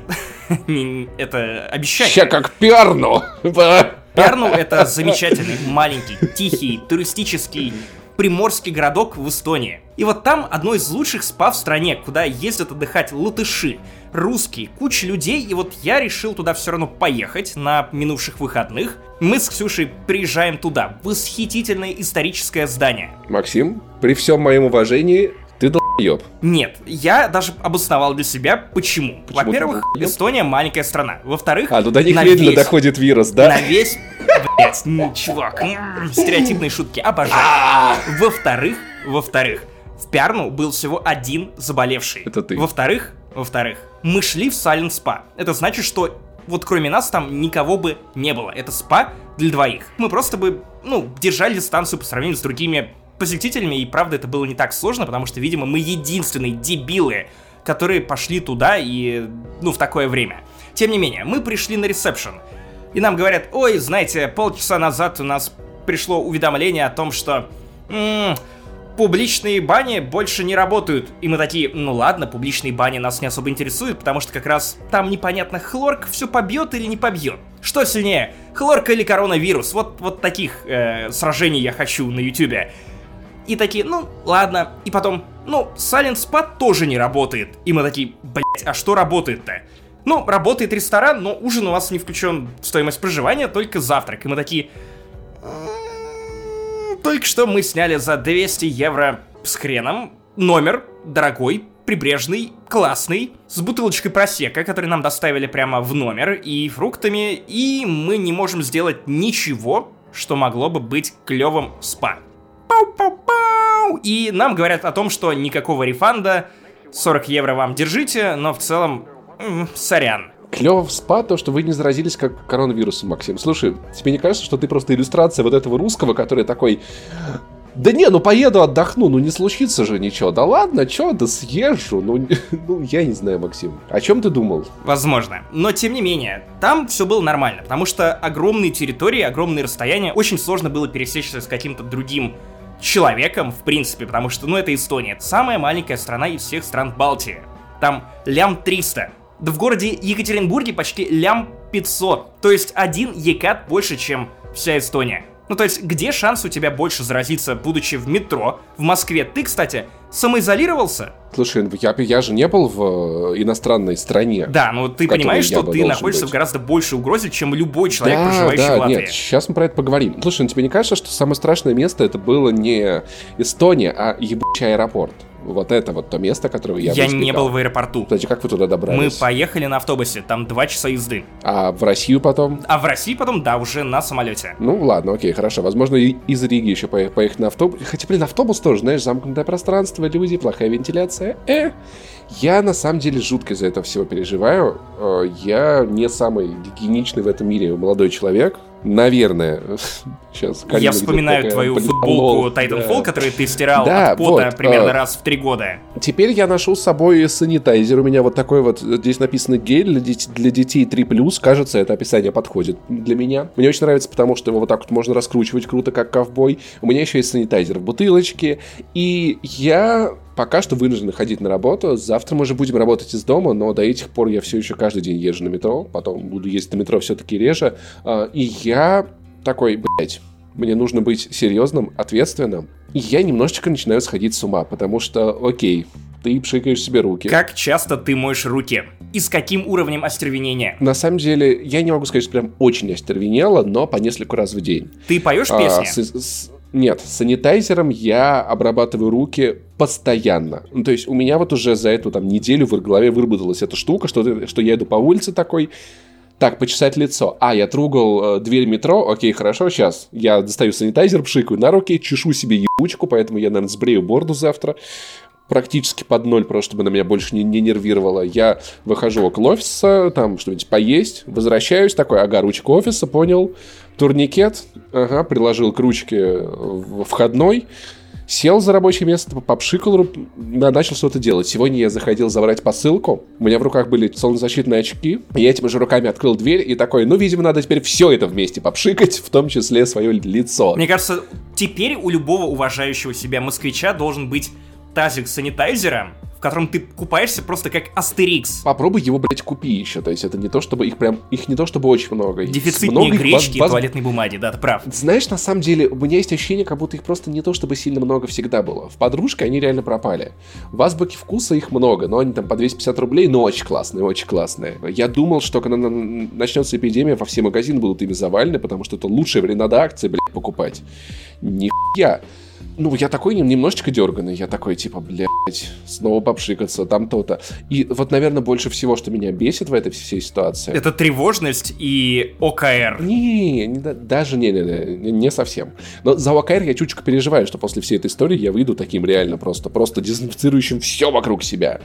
это обещание. Ща как Пярну! Пярну — это замечательный, маленький, тихий, туристический приморский городок в Эстонии. И вот там одно из лучших спа в стране, куда ездят отдыхать латыши, русские, куча людей, и вот я решил туда все равно поехать на минувших выходных. Мы с Ксюшей приезжаем туда, восхитительное историческое здание. Максим, при всем моем уважении, ты долбоеб. Нет, я даже обосновал для себя, почему. Во-первых, Эстония маленькая страна. Во-вторых, туда не медленно доходит вирус, да? На весь... Блять, чувак, стереотипные шутки, обожаю. Во-вторых, в Пярну был всего один заболевший. Это ты. Во-вторых, мы шли в Silent Spa. Это значит, что вот кроме нас там никого бы не было. Это спа для двоих. Мы просто бы, держали дистанцию по сравнению с другими посетителями, и правда это было не так сложно, потому что, видимо, мы единственные дебилы, которые пошли туда и, в такое время. Тем не менее, мы пришли на ресепшн, и нам говорят: ой, знаете, полчаса назад у нас пришло уведомление о том, что публичные бани больше не работают. И мы такие: ладно, публичные бани нас не особо интересуют, потому что как раз там непонятно, хлорка все побьет или не побьет. Что сильнее, хлорка или коронавирус? Вот таких сражений я хочу на ютубе. И такие: ладно. И потом: Silent Spa тоже не работает. И мы такие: блять, а что работает-то? Работает ресторан, но ужин у вас не включен в стоимость проживания, только завтрак. И мы такие: только что мы сняли за 200 евро с хреном номер дорогой, прибрежный, классный, с бутылочкой просека, который нам доставили прямо в номер, и фруктами, и мы не можем сделать ничего, что могло бы быть клевым спа. Пау-пау-пау! И нам говорят о том, что никакого рефанда, 40 евро вам держите, но в целом, сорян. Клево в спа то, что вы не заразились как коронавирусом, Максим. Слушай, тебе не кажется, что ты просто иллюстрация вот этого русского, который такой: да не, поеду отдохну, не случится же ничего. Да ладно, да съезжу. Я не знаю, Максим. О чем ты думал? Возможно. Но, тем не менее, там все было нормально, потому что огромные территории, огромные расстояния, очень сложно было пересечься с каким-то другим человеком, в принципе, потому что, ну, это Эстония. Самая маленькая страна из всех стран Балтии. Там лям 300. Да в городе Екатеринбурге почти лям 500. То есть 1 екат больше, чем вся Эстония. Ну, то есть, где шанс у тебя больше заразиться, будучи в метро, в Москве? Ты, кстати, самоизолировался? Слушай, я же не был в иностранной стране. Да, но ты понимаешь, что ты находишься в гораздо большей угрозе, чем любой человек, проживающий в Латвии. Нет, сейчас мы про это поговорим. Слушай, тебе не кажется, что самое страшное место это было не Эстония, а ебучий аэропорт? Вот это вот то место, которое я избегал. Не был в аэропорту. Кстати, как вы туда добрались? Мы поехали на автобусе, там 2 часа езды. А в Россию потом? А в Россию потом, да, уже на самолете. Ну ладно, окей, хорошо. Возможно, из Риги еще поехать на автобус. Хотя, блин, автобус тоже, знаешь, замкнутое пространство, люди, плохая вентиляция. Я на самом деле жутко из-за этого всего переживаю. Я не самый гигиеничный в этом мире молодой человек. Наверное. Сейчас, я вспоминаю твою футболку Titanfall, которую ты стирал от пота примерно раз в 3 года. Теперь я ношу с собой санитайзер. У меня вот такой вот, здесь написано гель для детей 3+. Кажется, это описание подходит для меня. Мне очень нравится, потому что его вот так вот можно раскручивать круто, как ковбой. У меня еще есть санитайзер в бутылочке. И я пока что вынужден ходить на работу. Завтра мы уже будем работать из дома, но до этих пор я все еще каждый день езжу на метро. Потом буду ездить на метро все-таки реже. И я такой, блять, мне нужно быть серьезным, ответственным. И я немножечко начинаю сходить с ума, потому что, окей, ты пшикаешь себе руки. Как часто ты моешь руки? И с каким уровнем остервенения? На самом деле, я не могу сказать, что прям очень остервенело, но по несколько раз в день. Ты поешь песни? Нет, с санитайзером я обрабатываю руки постоянно. Ну, то есть у меня вот уже за эту там неделю в голове выработалась эта штука, что я иду по улице такой, так, почесать лицо. Я трогал дверь метро, окей, хорошо, сейчас я достаю санитайзер, пшикаю на руки, чешу себе ебучку, поэтому я, наверное, сбрею бороду завтра. Практически под 0, просто чтобы она меня больше не нервировала. Я выхожу около офиса, там что-нибудь поесть, возвращаюсь, такой, ручка офиса, понял, турникет, приложил к ручке входной, сел за рабочее место, попшикал, начал что-то делать. Сегодня я заходил забрать посылку, у меня в руках были солнцезащитные очки, я этими же руками открыл дверь и такой, видимо, надо теперь все это вместе попшикать, в том числе свое лицо. Мне кажется, теперь у любого уважающего себя москвича должен быть тазик санитайзера, в котором ты купаешься просто как Астерикс. Попробуй его, блять, купи еще. То есть это не то, чтобы их не то, чтобы очень много. Дефицитные гречки и туалетной бумаги, да, ты прав. Знаешь, на самом деле, у меня есть ощущение, как будто их просто не то, чтобы сильно много всегда было. В подружке они реально пропали. В азбуке вкуса их много, но они там по 250 рублей, но очень классные, очень классные. Я думал, что когда начнется эпидемия, во все магазины будут ими завалены, потому что это лучшее время, надо акции, блядь, покупать. Нихуя. Я такой немножечко дерганый, я такой, типа, блядь, снова попшикаться, там то-то. И вот, наверное, больше всего, что меня бесит в этой всей ситуации... Это тревожность и ОКР. Даже не совсем. Но за ОКР я чуточку переживаю, что после всей этой истории я выйду таким реально просто дезинфицирующим все вокруг себя.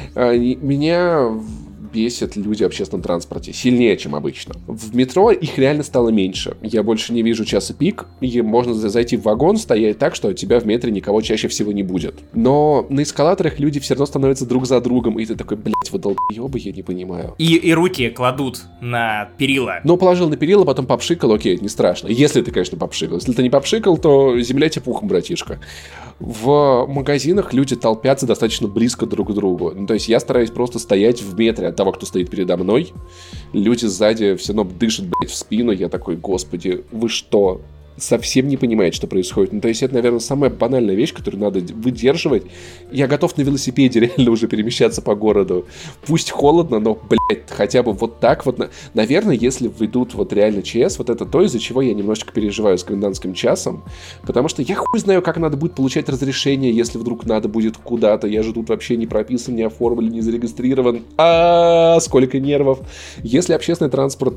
Меня... бесят люди в общественном транспорте сильнее, чем обычно. В метро их реально стало меньше. Я больше не вижу часа пик, и можно зайти в вагон, стоять так, что от тебя в метре никого чаще всего не будет. Но на эскалаторах люди все равно становятся друг за другом, и ты такой, блять, вы долбоёбы, я не понимаю. И руки кладут на перила. Положил на перила, потом попшикал, окей, не страшно. Если ты, конечно, попшикал. Если ты не попшикал, то земля тебе пухом, братишка. В магазинах люди толпятся достаточно близко друг к другу. То есть я стараюсь просто стоять в метре от того, кто стоит передо мной. Люди сзади все равно дышат, блядь, в спину. Я такой, господи, вы что? Совсем не понимает, что происходит. То есть это, наверное, самая банальная вещь, которую надо выдерживать. Я готов на велосипеде реально уже перемещаться по городу. Пусть холодно, но, блядь, хотя бы вот так вот. Наверное, если введут вот реально ЧС, вот это то, из-за чего я немножечко переживаю с комендантским часом. Потому что я хуй знаю, как надо будет получать разрешение, если вдруг надо будет куда-то. Я же тут вообще не прописан, не оформлен, не зарегистрирован. Сколько нервов. Если общественный транспорт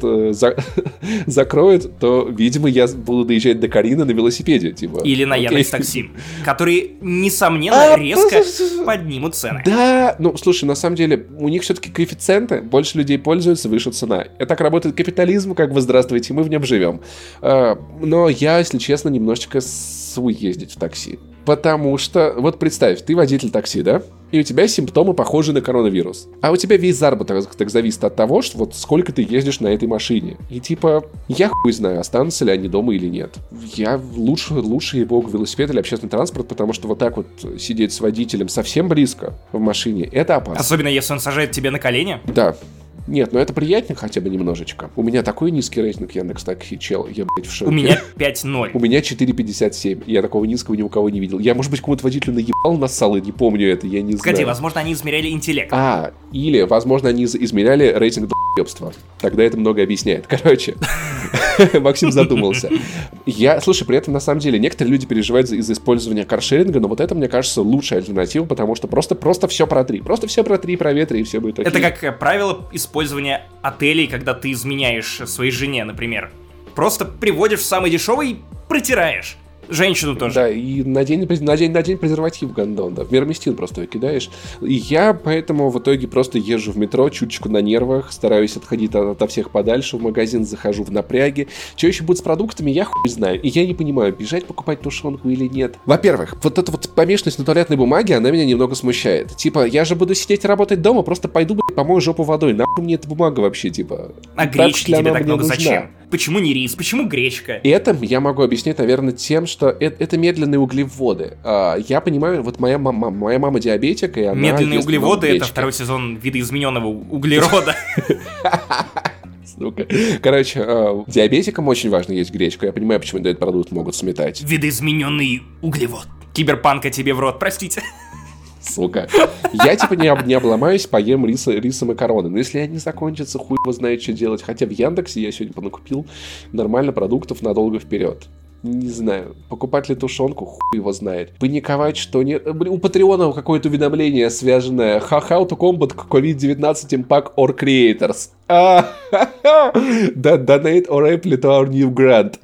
закроет, то, видимо, я буду доезжать до Карины на велосипеде, типа. Или на Яндекс.Такси, которые, несомненно, резко поднимут цены. Да, слушай, на самом деле, у них все-таки коэффициенты, больше людей пользуются, выше цена. Это так работает капитализм, как бы, здравствуйте, мы в нем живем. Но я, если честно, немножечко ездить в такси. Потому что, вот представь, ты водитель такси, да? и у тебя симптомы похожи на коронавирус. А у тебя весь заработок так зависит от того, что вот сколько ты ездишь на этой машине. И типа, я хуй знаю, останутся ли они дома или нет. Я лучше его к велосипеду или общественный транспорт, потому что вот так вот сидеть с водителем совсем близко в машине, это опасно. Особенно если он сажает тебе на колени. Да. Нет, но это приятнее хотя бы немножечко. У меня такой низкий рейтинг Яндекс.Такси, чел, я, блядь, в шоке. У меня 5.0. У меня 4.57. Я такого низкого ни у кого не видел. Я, может быть, кому-то водителю наебал, нассал, и не помню это, я не знаю. Погоди, возможно, они измеряли интеллект. Или, возможно, они измеряли рейтинг долбоебства. Тогда это много объясняет. Короче, Максим задумался. Слушай, при этом, на самом деле, некоторые люди переживают из-за использования каршеринга, но вот это, мне кажется, лучшая альтернатива, потому что просто все протри. Просто все протри, проветри, и все будет окей. Это как правило использования отелей, когда ты изменяешь своей жене, например. Просто приводишь в самый дешевый, протираешь. Женщину тоже. Да, и на день презерватив гондон, да, в мироместин просто его кидаешь. И я поэтому в итоге просто езжу в метро, чуточку на нервах, стараюсь отходить ото всех подальше, в магазин захожу в напряге. Что еще будет с продуктами, я хуй знаю. И я не понимаю, бежать покупать тушенку или нет. Во-первых, вот эта вот помешанность на туалетной бумаге, она меня немного смущает. Типа, я же буду сидеть и работать дома, просто пойду, блядь, помою жопу водой. Нахуй мне эта бумага вообще, типа. А гречки тебе так много зачем? Почему не рис? Почему гречка? Это я могу объяснить, наверное, тем, что это медленные углеводы. Я понимаю, вот моя мама диабетик, и она... Медленные углеводы — это второй сезон видоизмененного углерода. Короче, диабетикам очень важно есть гречку. Я понимаю, почему этот продукт могут сметать. Видоизмененный углевод. Киберпанка тебе в рот, простите. Сука. Я типа не обломаюсь, поем риса и макароны. Но если они закончатся, хуй его знает, что делать. Хотя в Яндексе я сегодня понакупил нормально продуктов надолго вперед. Не знаю, покупать ли тушенку, хуй его знает. Паниковать, что нет. У Патреона какое-то уведомление, связанное How to combat COVID-19 impact or creators. Donate or apply to our new grant.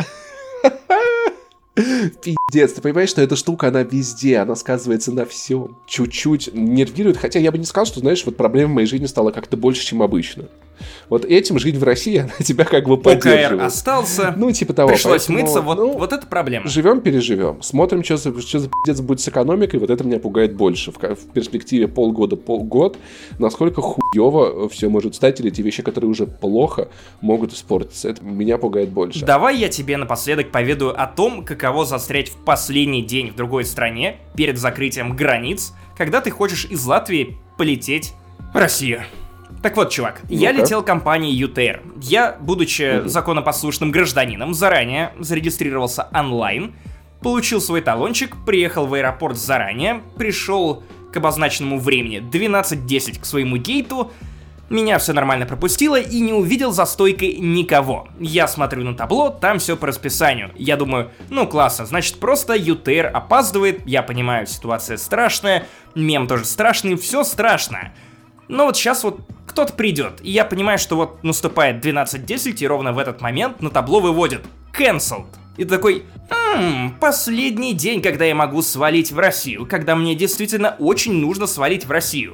Пиздец, ты понимаешь, что эта штука, она везде, она сказывается на всем. Чуть-чуть нервирует, хотя я бы не сказал, что, знаешь, вот проблема в моей жизни стала как-то больше, чем обычно. Вот этим жить в России, она тебя как бы поддерживает. ОКР остался, ну, типа того. Пришлось мыться, вот это проблема. Живем-переживем. Смотрим, что за пиздец будет с экономикой, вот это меня пугает больше. В перспективе полгод, насколько хуёво все может стать, или те вещи, которые уже плохо, могут испортиться. Это меня пугает больше. Давай я тебе напоследок поведаю о том, каково застрять в последний день в другой стране, перед закрытием границ, когда ты хочешь из Латвии полететь в Россию. Так вот, чувак, я летел компанией UTR. Я, будучи законопослушным гражданином, заранее зарегистрировался онлайн, получил свой талончик, приехал в аэропорт заранее, пришел к обозначенному времени 12:10 к своему гейту, меня все нормально пропустило и не увидел за стойкой никого. Я смотрю на табло, там все по расписанию. Я думаю, ну классно, значит просто UTR опаздывает, я понимаю, ситуация страшная, мем тоже страшный, все страшно. Но вот сейчас вот кто-то придет, и я понимаю, что вот наступает 12:10, и ровно в этот момент на табло выводят cancelled. И ты такой, последний день, когда я могу свалить в Россию, когда мне действительно очень нужно свалить в Россию.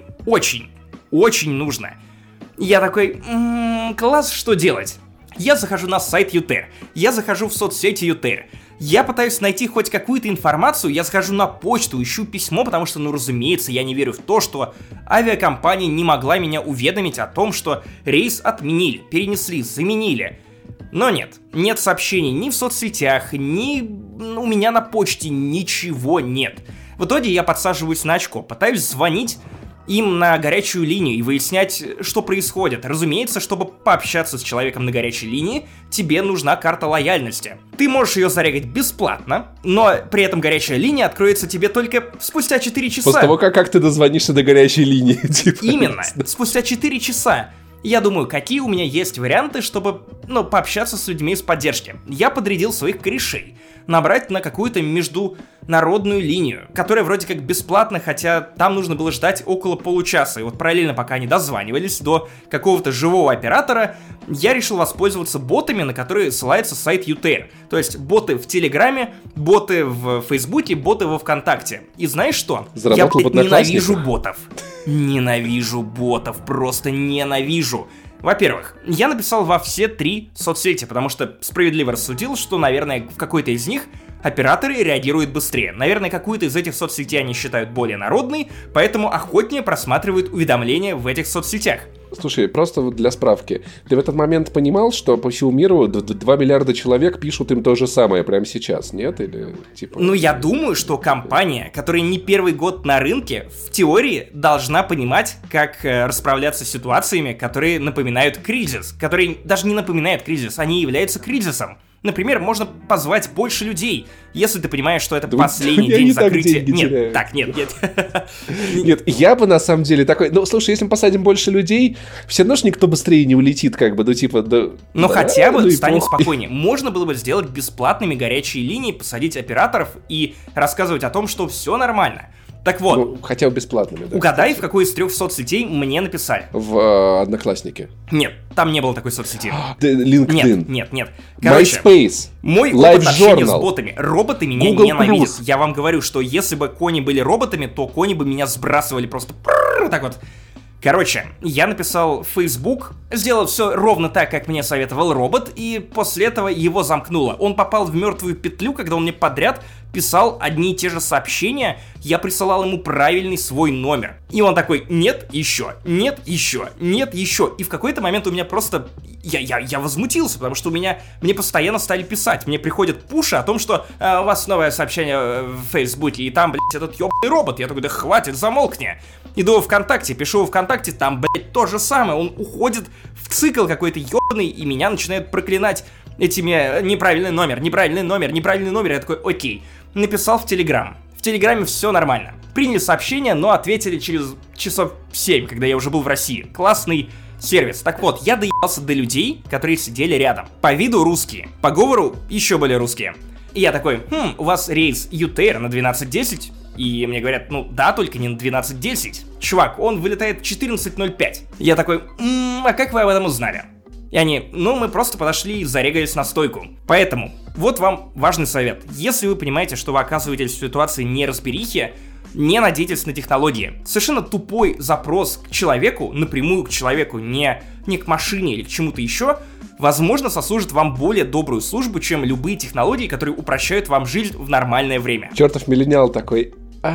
Очень нужно. Я такой, класс, что делать? Я захожу на сайт UTR, я захожу в соцсети UTR, я пытаюсь найти хоть какую-то информацию, я захожу на почту, ищу письмо, потому что, ну, разумеется, я не верю в то, что авиакомпания не могла меня уведомить о том, что рейс отменили, перенесли, заменили. Но нет сообщений ни в соцсетях, ни у меня на почте, ничего нет. В итоге я подсаживаюсь на очко, пытаюсь звонить им на горячую линию и выяснять, что происходит. Разумеется, чтобы пообщаться с человеком на горячей линии, тебе нужна карта лояльности. Ты можешь ее зарегать бесплатно, но при этом горячая линия откроется тебе только спустя 4 часа. После того, как ты дозвонишься до горячей линии. Именно, спустя 4 часа. Я думаю, какие у меня есть варианты, чтобы, пообщаться с людьми из поддержки. Я подрядил своих корешей набрать на какую-то международную линию, которая вроде как бесплатна, хотя там нужно было ждать около получаса. И вот параллельно, пока они дозванивались до какого-то живого оператора, я решил воспользоваться ботами, на которые ссылается сайт UTR. То есть боты в Телеграме, боты в Фейсбуке, боты во ВКонтакте. И знаешь что? Заработал я ненавижу ботов. Ненавижу ботов, просто ненавижу. Во-первых, я написал во все 3 соцсети, потому что справедливо рассудил, что, наверное, в какой-то из них операторы реагируют быстрее. Наверное, какую-то из этих соцсетей они считают более народной, поэтому охотнее просматривают уведомления в этих соцсетях. Слушай, просто вот для справки. Ты в этот момент понимал, что по всему миру 2 миллиарда человек пишут им то же самое прямо сейчас, нет? Или типа... Ну, я думаю, что компания, которая не первый год на рынке, в теории должна понимать, как расправляться с ситуациями, которые напоминают кризис. Которые даже не напоминают кризис, они являются кризисом. Например, можно позвать больше людей, если ты понимаешь, что это последний день закрытия. Нет, так, нет. Нет, я бы на самом деле такой... Ну, слушай, если мы посадим больше людей, все равно же никто быстрее не улетит, как бы, ну, типа... Но хотя бы станет спокойнее. Можно было бы сделать бесплатными горячие линии, посадить операторов и рассказывать о том, что все нормально. Так вот. Ну, хотя бы бесплатными, да. Угадай, в какой из 3 соцсетей мне написали. В Одноклассники. Нет, там не было такой соцсети. LinkedIn. Нет. Короче, MySpace. мой опыт общения с ботами. Роботы меня ненавидят. Я вам говорю, что если бы кони были роботами, то кони бы меня сбрасывали просто так вот. Короче, я написал в Facebook, сделал все ровно так, как мне советовал робот, и после этого его замкнуло. Он попал в мертвую петлю, когда он мне подряд писал одни и те же сообщения, я присылал ему правильный свой номер. И он такой: нет, еще, нет, еще, нет, еще. И в какой-то момент у меня просто... Я возмутился, потому что мне постоянно стали писать. Мне приходят пуши о том, что у вас новое сообщение в Фейсбуке, и там, блядь, этот ёбаный робот. Я такой: да хватит, замолкни. Иду ВКонтакте, пишу ВКонтакте, там, блядь, то же самое. Он уходит в цикл какой-то ёбаный, и меня начинают проклинать этими неправильный номер. Я такой: окей. Написал в Телеграм. В Телеграме все нормально. Приняли сообщение, но ответили через часов 7, когда я уже был в России. Классный сервис. Так вот, я доебался до людей, которые сидели рядом. По виду русские, по говору еще более русские. И я такой: у вас рейс UTR на 12:10? И мне говорят: ну да, только не на 12:10. Чувак, он вылетает в 14:05. Я такой: а как вы об этом узнали? И они: ну, мы просто подошли и зарегались на стойку. Поэтому, вот вам важный совет. Если вы понимаете, что вы оказываетесь в ситуации неразберихи, не надейтесь на технологии. Совершенно тупой запрос к человеку, напрямую к человеку, не к машине или к чему-то еще, возможно, сослужит вам более добрую службу, чем любые технологии, которые упрощают вам жизнь в нормальное время. Чертов миллениал такой: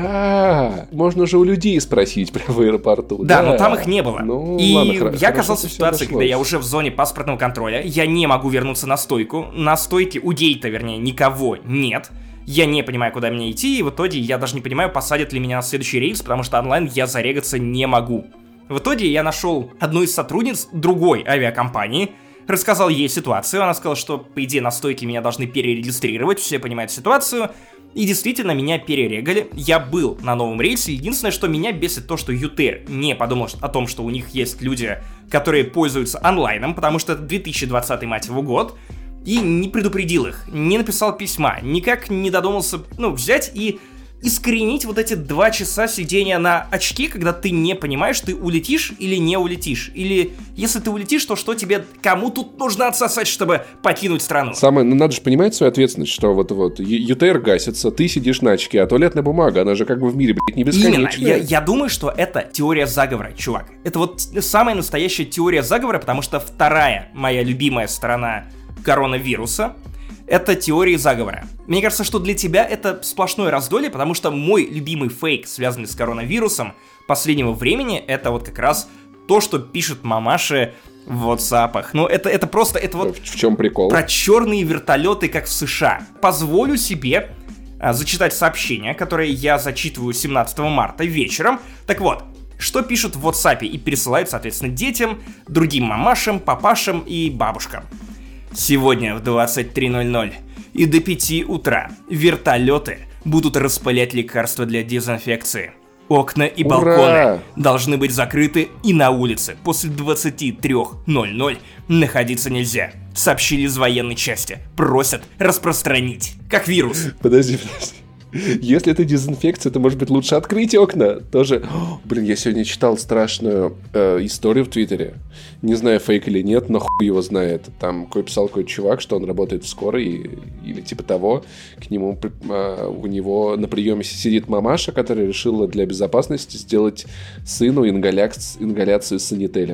можно же у людей спросить прямо в аэропорту. Да, но там их не было. Ну, и ладно, я оказался в ситуации, когда я уже в зоне паспортного контроля, я не могу вернуться на стойку. На стойке у гейта, вернее, никого нет. Я не понимаю, куда мне идти, и в итоге я даже не понимаю, посадят ли меня на следующий рейс, потому что онлайн я зарегаться не могу. В итоге я нашел одну из сотрудниц другой авиакомпании, рассказал ей ситуацию, она сказала, что, по идее, на стойке меня должны перерегистрировать, все понимают ситуацию, и действительно меня перерегали. Я был на новом рейсе, единственное, что меня бесит, то, что ЮТР не подумал о том, что у них есть люди, которые пользуются онлайном, потому что это 2020, мать его, год, и не предупредил их, не написал письма, никак не додумался, взять и искоренить вот эти 2 часа сидения на очке, когда ты не понимаешь, ты улетишь или не улетишь. Или если ты улетишь, то что тебе, кому тут нужно отсосать, чтобы покинуть страну? Надо же понимать свою ответственность, что вот ЮТР гасится, ты сидишь на очке, а туалетная бумага, она же как бы в мире, блядь, не бесконечная. Именно, я думаю, что это теория заговора, чувак. Это вот самая настоящая теория заговора, потому что вторая моя любимая сторона коронавируса — это теории заговора. Мне кажется, что для тебя это сплошное раздолье, потому что мой любимый фейк, связанный с коронавирусом последнего времени, это вот как раз то, что пишут мамаши в WhatsApp'ах. Ну, это просто, это вот... В чем прикол? Про черные вертолеты, как в США. Позволю себе зачитать сообщение, которое я зачитываю 17 марта вечером. Так вот, что пишут в WhatsApp и пересылают, соответственно, детям, другим мамашам, папашам и бабушкам. Сегодня в 23:00 и до 5 утра вертолеты будут распылять лекарства для дезинфекции. Окна и балконы должны быть закрыты, и на улице после 23:00 находиться нельзя. Сообщили из военной части. Просят распространить. Как вирус. Подожди. Если это дезинфекция, то, может быть, лучше открыть окна. Тоже... я сегодня читал страшную историю в Твиттере. Не знаю, фейк или нет, но хуй его знает. Там писал какой-то чувак, что он работает в скорой или типа того. К нему, у него на приеме сидит мамаша, которая решила для безопасности сделать сыну ингаляцию с санителем.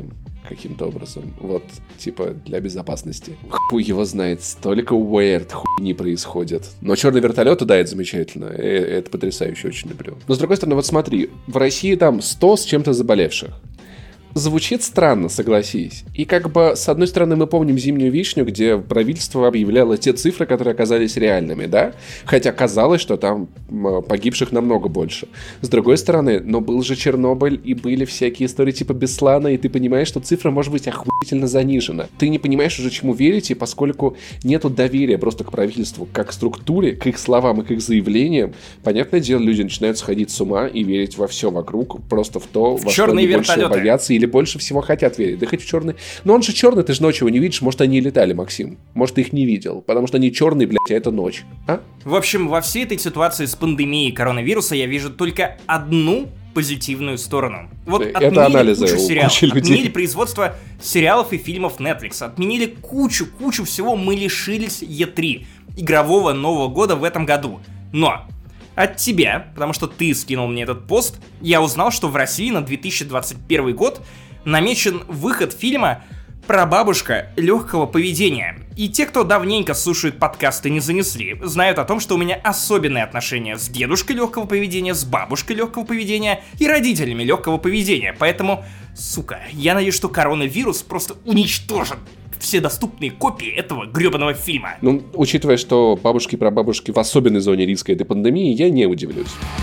каким-то образом. Вот, типа, для безопасности. Хуй его знает, столько weird хуйни происходит. Но черный вертолет, да, это замечательно. Это потрясающе, очень люблю. Но с другой стороны, вот смотри, в России там 100 с чем-то заболевших. Звучит странно, согласись. И как бы, с одной стороны, мы помним «Зимнюю вишню», где правительство объявляло те цифры, которые оказались реальными, да? Хотя казалось, что там погибших намного больше. С другой стороны, но был же Чернобыль, и были всякие истории типа Беслана, и ты понимаешь, что цифра может быть охуительно занижена. Ты не понимаешь уже, чему верить, и поскольку нету доверия просто к правительству, как к структуре, к их словам и к их заявлениям, понятное дело, люди начинают сходить с ума и верить во все вокруг, просто в то, во что они больше боятся или больше всего хотят верить. Да хоть в черный... Но он же черный, ты же ночью его не видишь. Может, они и летали, Максим. Может, ты их не видел. Потому что они черные, блядь, а это ночь. А? В общем, во всей этой ситуации с пандемией коронавируса я вижу только одну позитивную сторону. Вот это отменили кучу сериалов, отменили производство сериалов и фильмов Netflix, отменили кучу всего, мы лишились E3, игрового Нового года в этом году. Но от тебя, потому что ты скинул мне этот пост, я узнал, что в России на 2021 год намечен выход фильма «Прабабушка легкого поведения». И те, кто давненько слушает подкасты «Не занесли», знают о том, что у меня особенные отношения с дедушкой легкого поведения, с бабушкой легкого поведения и родителями легкого поведения. Поэтому, сука, я надеюсь, что коронавирус просто уничтожит все доступные копии этого гребаного фильма. Ну, учитывая, что бабушки и прабабушки в особенной зоне риска этой пандемии, я не удивлюсь.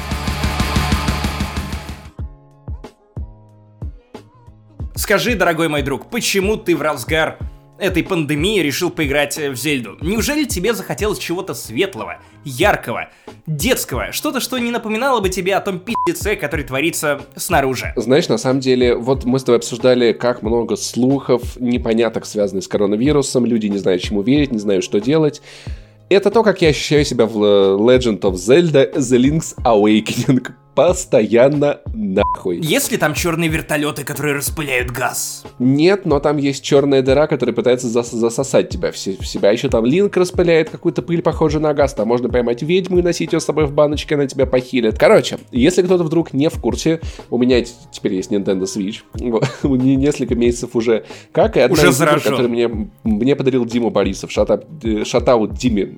Скажи, дорогой мой друг, почему ты в разгар этой пандемии решил поиграть в Зельду? Неужели тебе захотелось чего-то светлого, яркого, детского? Что-то, что не напоминало бы тебе о том пиздеце, который творится снаружи? Знаешь, на самом деле, вот мы с тобой обсуждали, как много слухов, непоняток, связанных с коронавирусом. Люди не знают, чему верить, не знают, что делать. Это то, как я ощущаю себя в Legend of Zelda The Link's Awakening. Постоянно нахуй. Есть ли там черные вертолеты, которые распыляют газ? Нет, но там есть черная дыра, которая пытается засосать тебя в себя. Еще там Линк распыляет какую-то пыль, похожую на газ. Там можно поймать ведьму и носить ее с собой в баночке, она тебя похилит. Короче, если кто-то вдруг не в курсе, у меня теперь есть Nintendo Switch. Несколько месяцев уже как. И одна из игр, которую мне подарил Дима Борисов. Шатаут Диме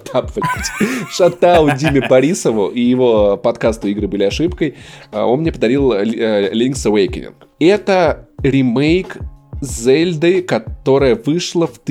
Борисову и его подкасту «Игры были ошибкой», он мне подарил Link's Awakening. Это ремейк Зельды, которая вышла в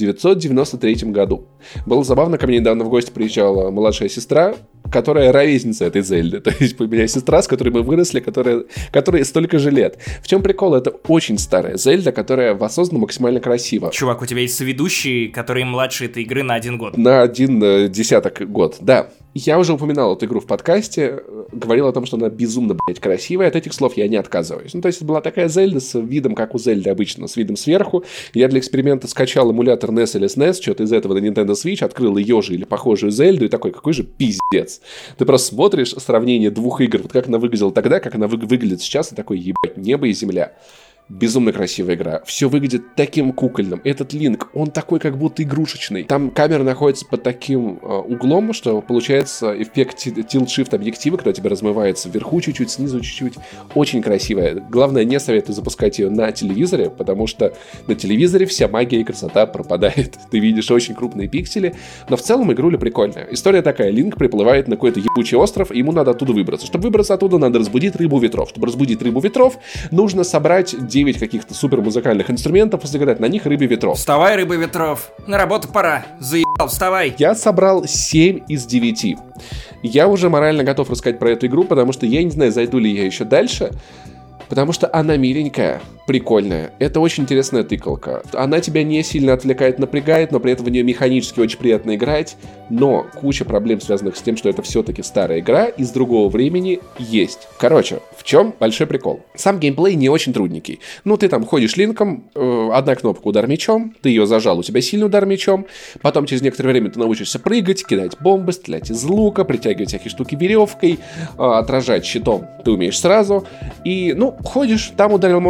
1993 году. Было забавно, ко мне недавно в гости приезжала младшая сестра, которая ровесница этой Зельды. То есть у меня сестра, с которой мы выросли, которой столько же лет. В чем прикол? Это очень старая Зельда, которая воссоздана максимально красиво. Чувак, у тебя есть соведущие, которые младше этой игры на 1 год. На 1 десяток год, да. Я уже упоминал эту игру в подкасте, говорил о том, что она безумно, блядь, красивая, от этих слов я не отказываюсь. Ну, то есть, это была такая Зельда с видом, как у Зельды обычно, с видом сверху. Я для эксперимента скачал эмулятор NES или SNES, что-то из этого на Nintendo Switch, открыл ее же или похожую Зельду, и такой, какой же пиздец. Ты просто смотришь сравнение двух игр, вот как она выглядела тогда, как она выглядит сейчас, и такой, ебать, небо и земля. Безумно красивая игра. Все выглядит таким кукольным. Этот Линк, он такой, как будто игрушечный. Там камера находится под таким углом, что получается эффект tilt-shift объектива, когда тебя размывается вверху чуть-чуть, снизу чуть-чуть. Очень красивая. Главное, не советую запускать ее на телевизоре, потому что на телевизоре вся магия и красота пропадает. Ты видишь очень крупные пиксели, но в целом игруля прикольная. История такая. Линк приплывает на какой-то ебучий остров, и ему надо оттуда выбраться. Чтобы выбраться оттуда, надо разбудить рыбу ветров. Чтобы разбудить рыбу ветров, нужно собрать 9 каких-то супер музыкальных инструментов и сыграть на них рыбе ветров. Вставай, рыба ветров. На работу пора. Заебал, вставай. Я собрал 7 из 9. Я уже морально готов рассказать про эту игру, потому что я не знаю, зайду ли я еще дальше. Потому что она миленькая, прикольная. Это очень интересная тыкалка. Она тебя не сильно отвлекает, напрягает, но при этом в нее механически очень приятно играть. Но куча проблем, связанных с тем, что это все-таки старая игра, из другого времени есть. Короче, в чем большой прикол? Сам геймплей не очень трудненький. Ну, ты там ходишь Линком, одна кнопка удар мечом, ты ее зажал, у тебя сильный удар мечом, потом через некоторое время ты научишься прыгать, кидать бомбы, стрелять из лука, притягивать всякие штуки веревкой, отражать щитом ты умеешь сразу. И, ну, ходишь, там ударил монстр, тут ударил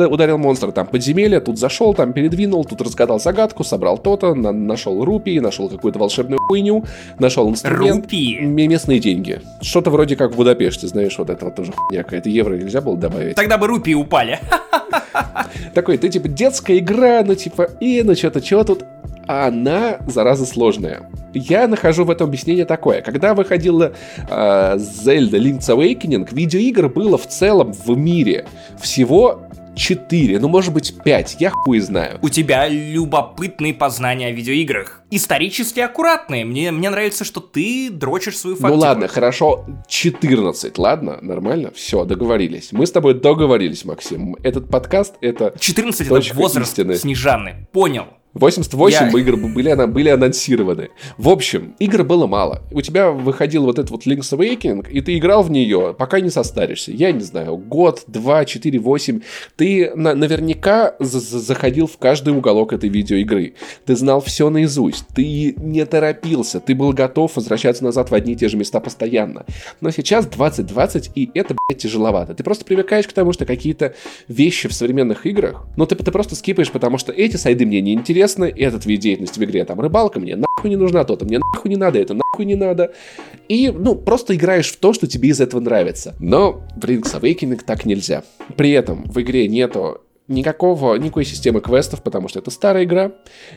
ударил монстра, там подземелье, тут зашел, там передвинул, тут разгадал загадку, собрал то-то, нашел рупии, нашел какую-то волшебную хуйню, нашел инструмент. Рупии? Местные деньги. Что-то вроде как в Будапеште, знаешь, вот это вот тоже хуйня какая-то. Евро нельзя было добавить? Тогда бы рупии упали. Такой, ты типа детская игра, ну типа, ну что-то, чего тут? А она, зараза, сложная. Я нахожу в этом объяснение такое. Когда выходила Zelda Link's Awakening, видеоигр было в целом в мире всего 4, ну может быть 5, я хуй знаю. У тебя любопытные познания о видеоиграх. Исторически аккуратные. Мне нравится, что ты дрочишь свою фактику. Ну ладно, хорошо, 14, ладно, нормально, все, договорились. Мы с тобой договорились, Максим. Этот подкаст — это 14 — это возраст истины. Снежаны, понял. 88 игр были анонсированы. В общем, игр было мало. У тебя выходил вот этот вот Link's Awakening, и ты играл в нее, пока не состаришься. Я не знаю, год, 2, 4, 8. Ты наверняка заходил в каждый уголок этой видеоигры. Ты знал все наизусть. Ты не торопился. Ты был готов возвращаться назад в одни и те же места постоянно. Но сейчас 2020, и это, блядь, тяжеловато. Ты просто привыкаешь к тому, что какие-то вещи в современных играх, ну ты просто скипаешь, потому что эти сайды мне не интересны, этот вид деятельности в игре, там, рыбалка мне нахуй не нужна, то-то мне нахуй не надо, это нахуй не надо. И, просто играешь в то, что тебе из этого нравится. Но в Link's Awakening так нельзя. При этом в игре нету никакой системы квестов, потому что это старая игра.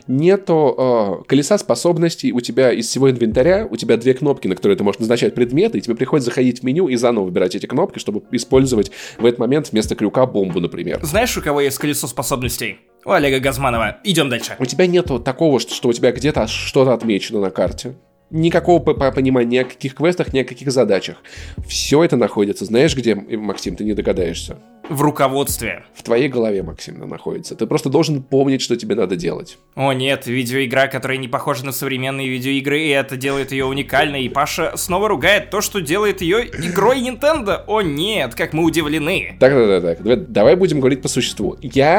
Нету колеса способностей. У тебя из всего инвентаря, у тебя 2 кнопки, на которые ты можешь назначать предметы, и тебе приходится заходить в меню и заново выбирать эти кнопки, чтобы использовать в этот момент вместо крюка бомбу, например. Знаешь, у кого есть колесо способностей? У Олега Газманова. Идем дальше. У тебя нету такого, что у тебя где-то что-то отмечено на карте. Никакого понимания ни о каких квестах, ни о каких задачах. Все это находится. Знаешь, где, Максим, ты не догадаешься? В руководстве. В твоей голове, Максим, она находится. Ты просто должен помнить, что тебе надо делать. О нет, видеоигра, которая не похожа на современные видеоигры, и это делает ее уникальной. И Паша снова ругает то, что делает ее игрой Nintendo. О нет, как мы удивлены. Так. Давай будем говорить по существу.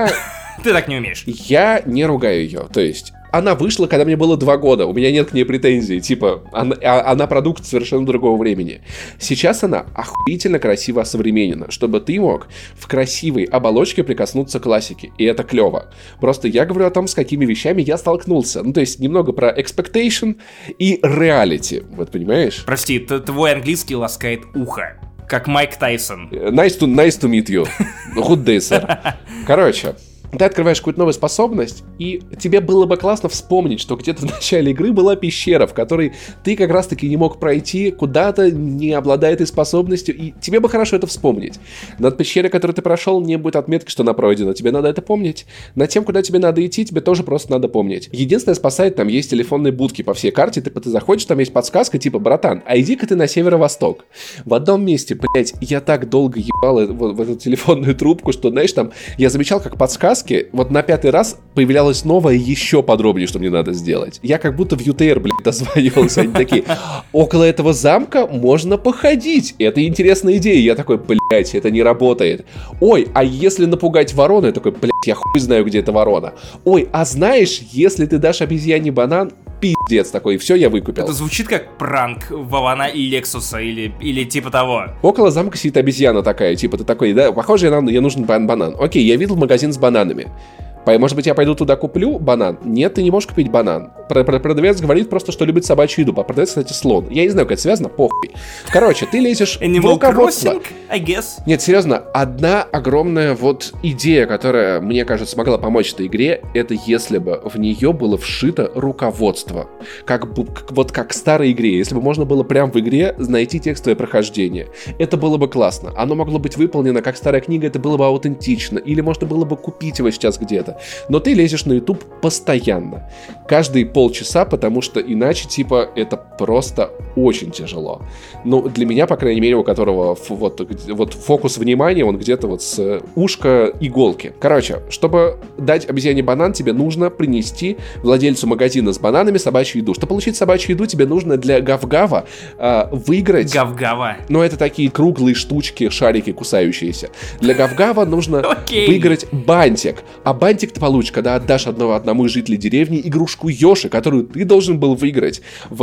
Ты так не умеешь. Я не ругаю ее. То есть, она вышла, когда мне было 2 года. У меня нет к ней претензий. Типа, она продукт совершенно другого времени. Сейчас она охуительно красиво осовременена, чтобы ты мог в красивой оболочке прикоснуться к классике. И это клево. Просто я говорю о том, с какими вещами я столкнулся. Ну, то есть, немного про expectation и reality. Вот, понимаешь? Прости, твой английский ласкает ухо. Как Майк Тайсон. Nice to meet you. Good day, sir. Короче, ты открываешь какую-то новую способность, и тебе было бы классно вспомнить, что где-то в начале игры была пещера, в которой ты как раз-таки не мог пройти, куда-то не обладая этой способностью, и тебе бы хорошо это вспомнить. Над пещерой, которую ты прошел, не будет отметки, что она пройдена, тебе надо это помнить. Над тем, куда тебе надо идти, тебе тоже просто надо помнить. Единственное, спасает, там есть телефонные будки по всей карте, ты заходишь, там есть подсказка, типа, братан, а иди-ка ты на северо-восток. В одном месте, блять, я так долго ебал в эту телефонную трубку, что, знаешь, там, я замечал, как подсказки, вот на 5-й раз появлялось новое еще подробнее, что мне надо сделать. Я как будто в ЮТР, блядь, дозвонился. Они такие, около этого замка можно походить. Это интересная идея. Я такой, блядь, это не работает. Ой, а если напугать ворону? Я такой, блядь, я хуй знаю, где эта ворона. Ой, а знаешь, если ты дашь обезьяне банан, пиздец такой, и все, я выкупил. Это звучит как пранк Вована и Лексуса или типа того. Около замка сидит обезьяна такая, типа ты такой, да, похоже, я нужен банан. Окей, я видел магазин с бананами. Может быть, я пойду туда куплю банан? Нет, ты не можешь купить банан. Продавец говорит просто, что любит собачью еду. Продавец, кстати, слон. Я не знаю, как это связано, похуй. Короче, ты лезешь в руководство. Crossing, I guess. Нет, серьезно, одна огромная вот идея, которая, мне кажется, смогла помочь этой игре, это если бы в нее было вшито руководство. Как в старой игре. Если бы можно было прямо в игре найти текстовое прохождение. Это было бы классно. Оно могло быть выполнено как старая книга, это было бы аутентично. Или можно было бы купить его сейчас где-то. Но ты лезешь на YouTube постоянно. Каждые полчаса, потому что иначе, типа, это просто очень тяжело. Ну, для меня, по крайней мере, у которого вот фокус внимания, он где-то вот с ушка иголки. Короче, чтобы дать обезьяне банан, тебе нужно принести владельцу магазина с бананами собачью еду. Чтобы получить собачью еду, тебе нужно для гав-гава выиграть... Гав-гава. Ну, это такие круглые штучки, шарики кусающиеся. Для гав-гава нужно выиграть бантик. А бантик ты получишь, когда отдашь одному из жителей деревни игрушку Йоши, которую ты должен был выиграть в специальном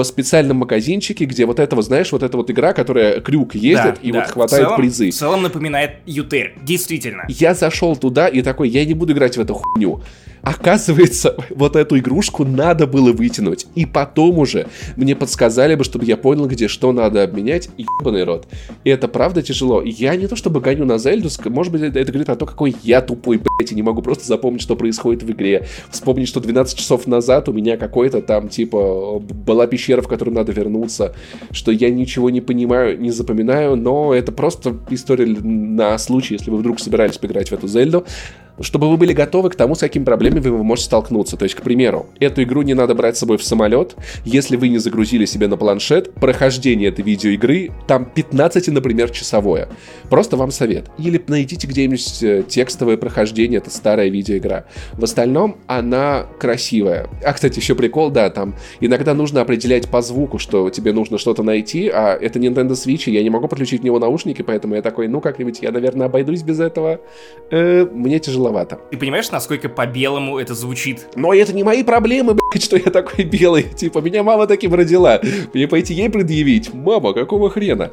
специальном магазинчике, где вот это вот, знаешь, вот эта вот игра, которая крюк ездит и вот хватает призы. В целом напоминает Ютер, действительно. Я зашел туда и такой, я не буду играть в эту хуйню. Оказывается, вот эту игрушку надо было вытянуть. И потом уже мне подсказали бы, чтобы я понял, где что надо обменять. Ебаный рот. И это правда тяжело. Я не то чтобы гоню на Зельду, может быть, это говорит про то, какой я тупой, блять, и не могу просто запомнить, что происходит в игре. Вспомнить, что 12 часов назад у меня какой-то там, типа, была пещера, в которую надо вернуться, что я ничего не понимаю, не запоминаю, но это просто история на случай, если вы вдруг собирались поиграть в эту Зельду, чтобы вы были готовы к тому, с какими проблемами вы можете столкнуться. То есть, к примеру, эту игру не надо брать с собой в самолет. Если вы не загрузили себе на планшет, прохождение этой видеоигры, там 15, например, часовое. Просто вам совет. Или найдите где-нибудь текстовое прохождение, это старая видеоигра. В остальном она красивая. А, кстати, еще прикол, да, там иногда нужно определять по звуку, что тебе нужно что-то найти, а это Nintendo Switch, и я не могу подключить в него наушники, поэтому я такой, ну как-нибудь я, наверное, обойдусь без этого. Мне тяжело. Ты понимаешь, насколько по-белому это звучит? Но это не мои проблемы, блядь, что я такой белый. Типа, меня мама таким родила. Мне пойти ей предъявить? Мама, какого хрена?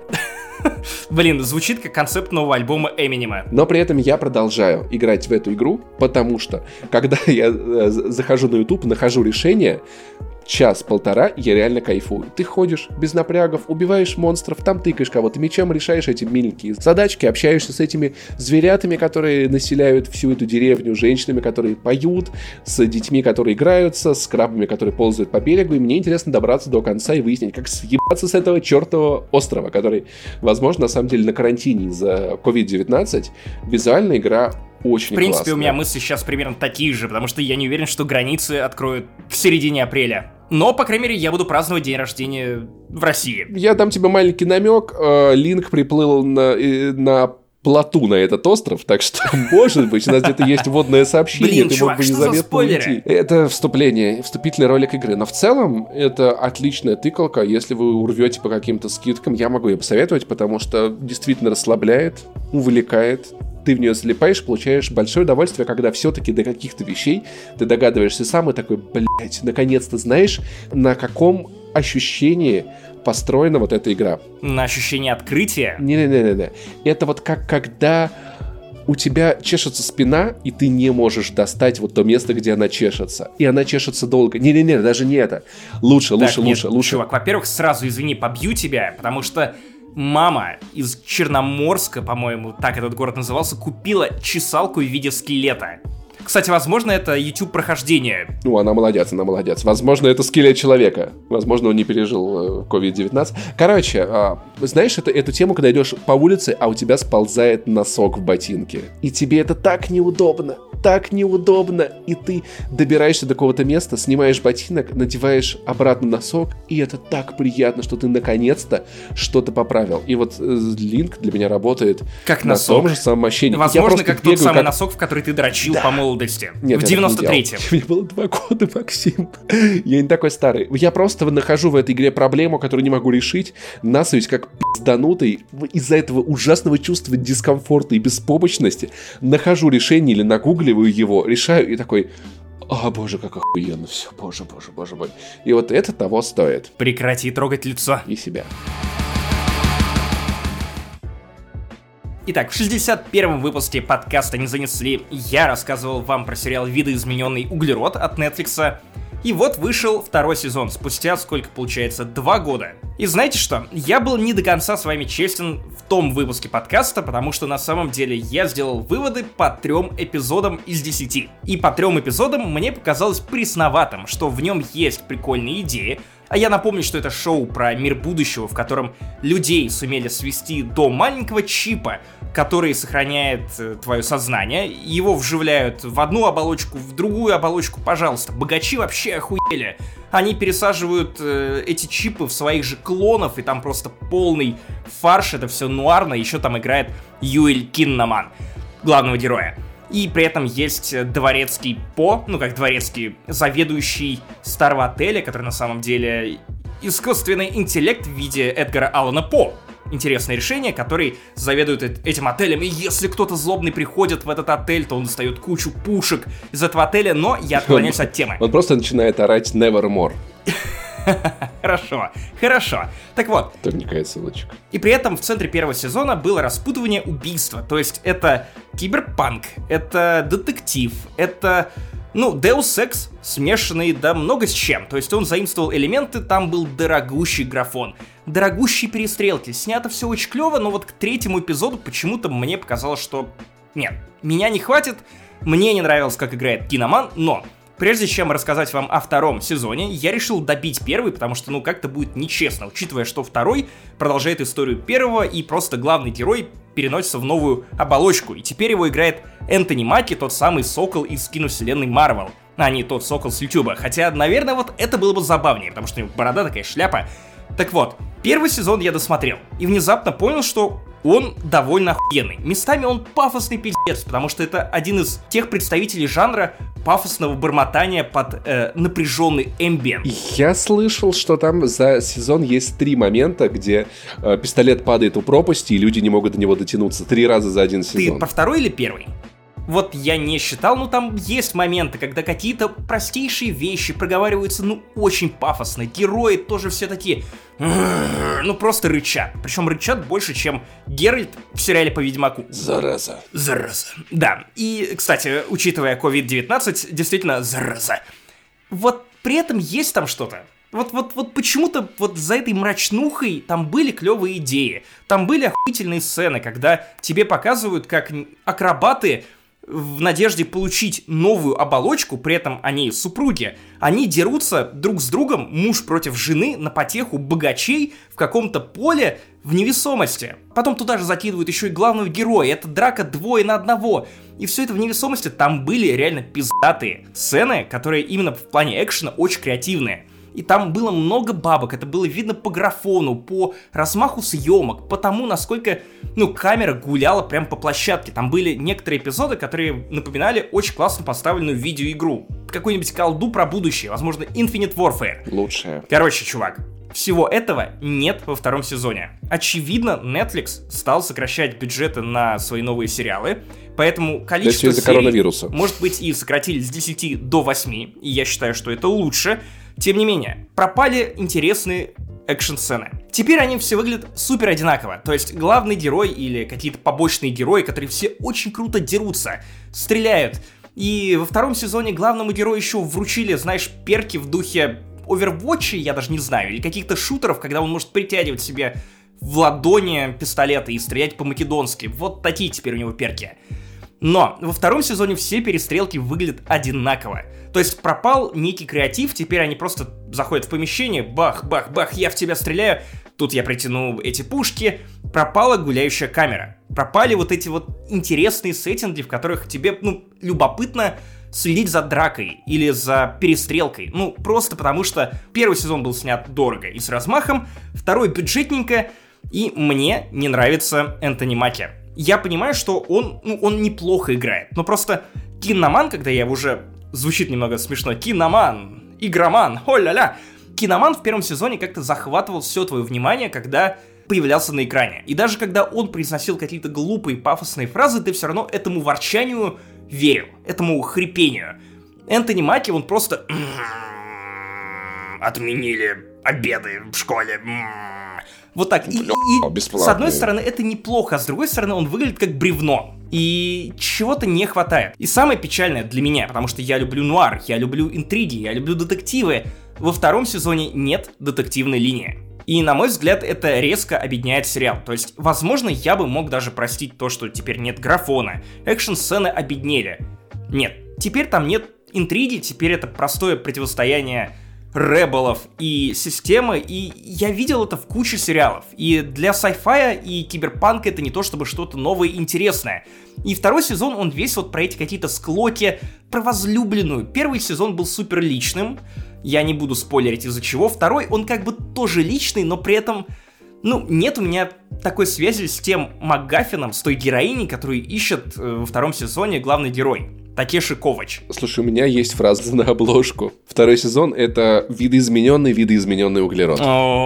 Блин, звучит как концепт нового альбома Эминема. Но при этом я продолжаю играть в эту игру, потому что, когда я захожу на YouTube, нахожу решение, час-полтора я реально кайфую. Ты ходишь без напрягов, убиваешь монстров, там тыкаешь кого-то мечом, решаешь эти миленькие задачки, общаешься с этими зверятами, которые населяют всю эту деревню, женщинами, которые поют, с детьми, которые играются, с крабами, которые ползают по берегу, и мне интересно добраться до конца и выяснить, как съебаться с этого чертового острова, который, возможно, на самом деле на карантине из-за COVID-19. Визуальная игра очень классная. В принципе, у меня мысли сейчас примерно такие же, потому что я не уверен, что границы откроют к середине апреля. Но, по крайней мере, я буду праздновать день рождения в России. Я дам тебе маленький намек. Линк приплыл на плоту на этот остров, так что, может быть, у нас где-то есть водное сообщение. Блин, чувак, что за спойлеры? Это вступление, вступительный ролик игры. Но в целом, это отличная тыкалка. Если вы урвете по каким-то скидкам, я могу ее посоветовать, потому что действительно расслабляет, увлекает. Ты в нее залипаешь, получаешь большое удовольствие, когда все-таки до каких-то вещей ты догадываешься сам и такой, блять, наконец-то знаешь, на каком ощущении построена вот эта игра. На ощущение открытия? Не-не-не-не. Это вот как когда у тебя чешется спина, и ты не можешь достать вот то место, где она чешется. И она чешется долго. Не-не-не, даже не это. Лучше. Чувак, во-первых, сразу извини, побью тебя, потому что мама из Черноморска, по-моему, так этот город назывался, купила чесалку в виде скелета. Кстати, возможно, это YouTube-прохождение. Ну, она молодец. Возможно, это скелет человека. Возможно, он не пережил COVID-19. Короче, знаешь, эту тему, когда идешь по улице, а у тебя сползает носок в ботинке. И тебе это так неудобно. И ты добираешься до какого-то места, снимаешь ботинок, надеваешь обратно носок, и это так приятно, что ты наконец-то что-то поправил. И вот Линк для меня работает как на носок. том же самом ощущении. Возможно, как тот самый носок, в который ты дрочил по молодости. Нет, в 93-м. Мне было 2 года, Максим. Я не такой старый. Я просто нахожу в этой игре проблему, которую не могу решить, насуюсь как пизданутый, из-за этого ужасного чувства дискомфорта и беспомощности, нахожу решение или нагугливаю его, решаю и такой... О, боже, как охуенно все, боже мой. И вот это того стоит. Прекрати трогать лицо. И себя. Итак, в 61-м выпуске подкаста «Не занесли» я рассказывал вам про сериал «Видоизмененный углерод» от Netflix. И вот вышел 2-й сезон, спустя, сколько получается, 2 года. И знаете что? Я был не до конца с вами честен в том выпуске подкаста, потому что на самом деле я сделал выводы по 3 эпизодам из 10. И по 3 эпизодам мне показалось пресноватым, что в нем есть прикольные идеи. А я напомню, что это шоу про мир будущего, в котором людей сумели свести до маленького чипа, который сохраняет твое сознание. Его вживляют в одну оболочку, в другую оболочку. Пожалуйста, богачи вообще охуели. Они пересаживают эти чипы в своих же клонов, и там просто полный фарш, это все нуарно. Еще там играет Юэль Киннаман, главного героя. И при этом есть дворецкий как дворецкий, заведующий старого отеля, который на самом деле искусственный интеллект в виде Эдгара Аллана По. Интересное решение, который заведует этим отелем, и если кто-то злобный приходит в этот отель, то он достает кучу пушек из этого отеля, но я отклоняюсь от темы. Он просто начинает орать «Nevermore». Хорошо. Хорошо. Так вот. Тут никакая ссылочка. И при этом в центре первого сезона было распутывание убийства. То есть это киберпанк, это детектив, это... Deus Ex, смешанный, да много с чем. То есть он заимствовал элементы, там был дорогущий графон, дорогущие перестрелки. Снято все очень клево, но вот к третьему эпизоду почему-то мне показалось, что... Нет, меня не хватит, мне не нравилось, как играет Киноман, но... Прежде чем рассказать вам о втором сезоне, я решил добить первый, потому что, как-то будет нечестно, учитывая, что второй продолжает историю первого, и просто главный герой переносится в новую оболочку, и теперь его играет Энтони Маки, тот самый Сокол из киновселенной Марвел, а не тот Сокол с Ютуба, хотя, наверное, вот это было бы забавнее, потому что у него борода такая, шляпа. Так вот, первый сезон я досмотрел, и внезапно понял, что он довольно охуенный. Местами он пафосный пиздец, потому что это один из тех представителей жанра пафосного бормотания под напряженный эмбиент. Я слышал, что там за сезон есть 3 момента, где пистолет падает у пропасти, и люди не могут до него дотянуться 3 раза за один сезон. Ты про второй или первый? Вот я не считал, но там есть моменты, когда какие-то простейшие вещи проговариваются, очень пафосно. Герои тоже все такие, просто рычат. Причем рычат больше, чем Геральт в сериале по Ведьмаку. Зараза. Да. И, кстати, учитывая COVID-19, действительно зараза. Вот при этом есть там что-то. Вот почему-то вот за этой мрачнухой там были клевые идеи. Там были охуительные сцены, когда тебе показывают, как акробаты в надежде получить новую оболочку, при этом они супруги, они дерутся друг с другом, муж против жены, на потеху богачей в каком-то поле в невесомости. Потом туда же закидывают еще и главного героя, это драка 2 на 1. И все это в невесомости, там были реально пиздатые сцены, которые именно в плане экшена очень креативные. И там было много бабок, это было видно по графону, по размаху съемок, по тому, насколько, камера гуляла прям по площадке. Там были некоторые эпизоды, которые напоминали очень классно поставленную видеоигру. Какую-нибудь колду про будущее, возможно, Infinite Warfare. Лучшее. Короче, чувак, всего этого нет во втором сезоне. Очевидно, Netflix стал сокращать бюджеты на свои новые сериалы, поэтому количество серий, коронавируса, может быть, и сократили с 10 до 8, и я считаю, что это лучше. Тем не менее, пропали интересные экшн-сцены. Теперь они все выглядят супер одинаково, то есть главный герой или какие-то побочные герои, которые все очень круто дерутся, стреляют. И во втором сезоне главному герою еще вручили, знаешь, перки в духе Overwatch, я даже не знаю, или каких-то шутеров, когда он может притягивать себе в ладони пистолеты и стрелять по-македонски. Вот такие теперь у него перки. Но во втором сезоне все перестрелки выглядят одинаково. То есть пропал некий креатив, теперь они просто заходят в помещение, бах-бах-бах, я в тебя стреляю, тут я притяну эти пушки. Пропала гуляющая камера. Пропали вот эти вот интересные сеттинги, в которых тебе, любопытно следить за дракой или за перестрелкой. Просто потому что первый сезон был снят дорого и с размахом, второй бюджетненько, и мне не нравится Энтони Маки. Я понимаю, что он неплохо играет, но просто Киноман, когда я уже... Звучит немного смешно. Киноман, игроман, о-ля-ля. Киноман в первом сезоне как-то захватывал все твое внимание, когда появлялся на экране. И даже когда он произносил какие-то глупые пафосные фразы, ты все равно этому ворчанию верил, этому хрипению. Энтони Маки, он просто... Отменили обеды в школе. Вот так. И с одной стороны, это неплохо, а с другой стороны, он выглядит как бревно. И чего-то не хватает. И самое печальное для меня, потому что я люблю нуар, я люблю интриги, я люблю детективы. Во втором сезоне нет детективной линии. И, на мой взгляд, это резко обедняет сериал. То есть, возможно, я бы мог даже простить то, что теперь нет графона. Экшн-сцены обеднели. Нет, теперь там нет интриги, теперь это простое противостояние ребелов и системы, и я видел это в куче сериалов. И для sci-fi и киберпанка это не то чтобы что-то новое и интересное. И второй сезон, он весь вот про эти какие-то склоки, про возлюбленную. Первый сезон был супер личным, я не буду спойлерить из-за чего. Второй, он как бы тоже личный, но при этом, нет у меня такой связи с тем МакГаффином, с той героиней, которую ищет во втором сезоне главный герой. Такеши Ковач. Слушай, у меня есть фраза на обложку. Второй сезон — это видоизмененный углерод.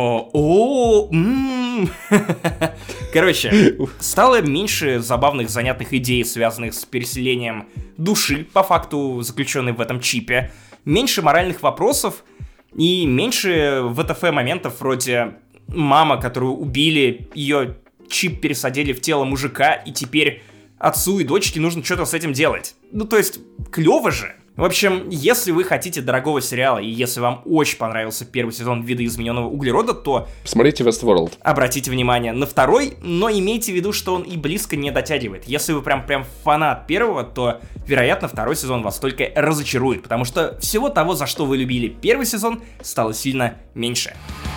Короче, стало меньше забавных, занятных идей, связанных с переселением души, по факту заключенной в этом чипе. Меньше моральных вопросов. и меньше ВТФ моментов вроде мама, которую убили, ее чип пересадили в тело мужика, и теперь отцу и дочке нужно что-то с этим делать. Ну, то есть, клево же. В общем, если вы хотите дорогого сериала, и если вам очень понравился первый сезон «Видоизмененного углерода», то... Посмотрите Westworld. Обратите внимание на второй, но имейте в виду, что он и близко не дотягивает. Если вы прям фанат первого, то, вероятно, второй сезон вас только разочарует, потому что всего того, за что вы любили первый сезон, стало сильно меньше.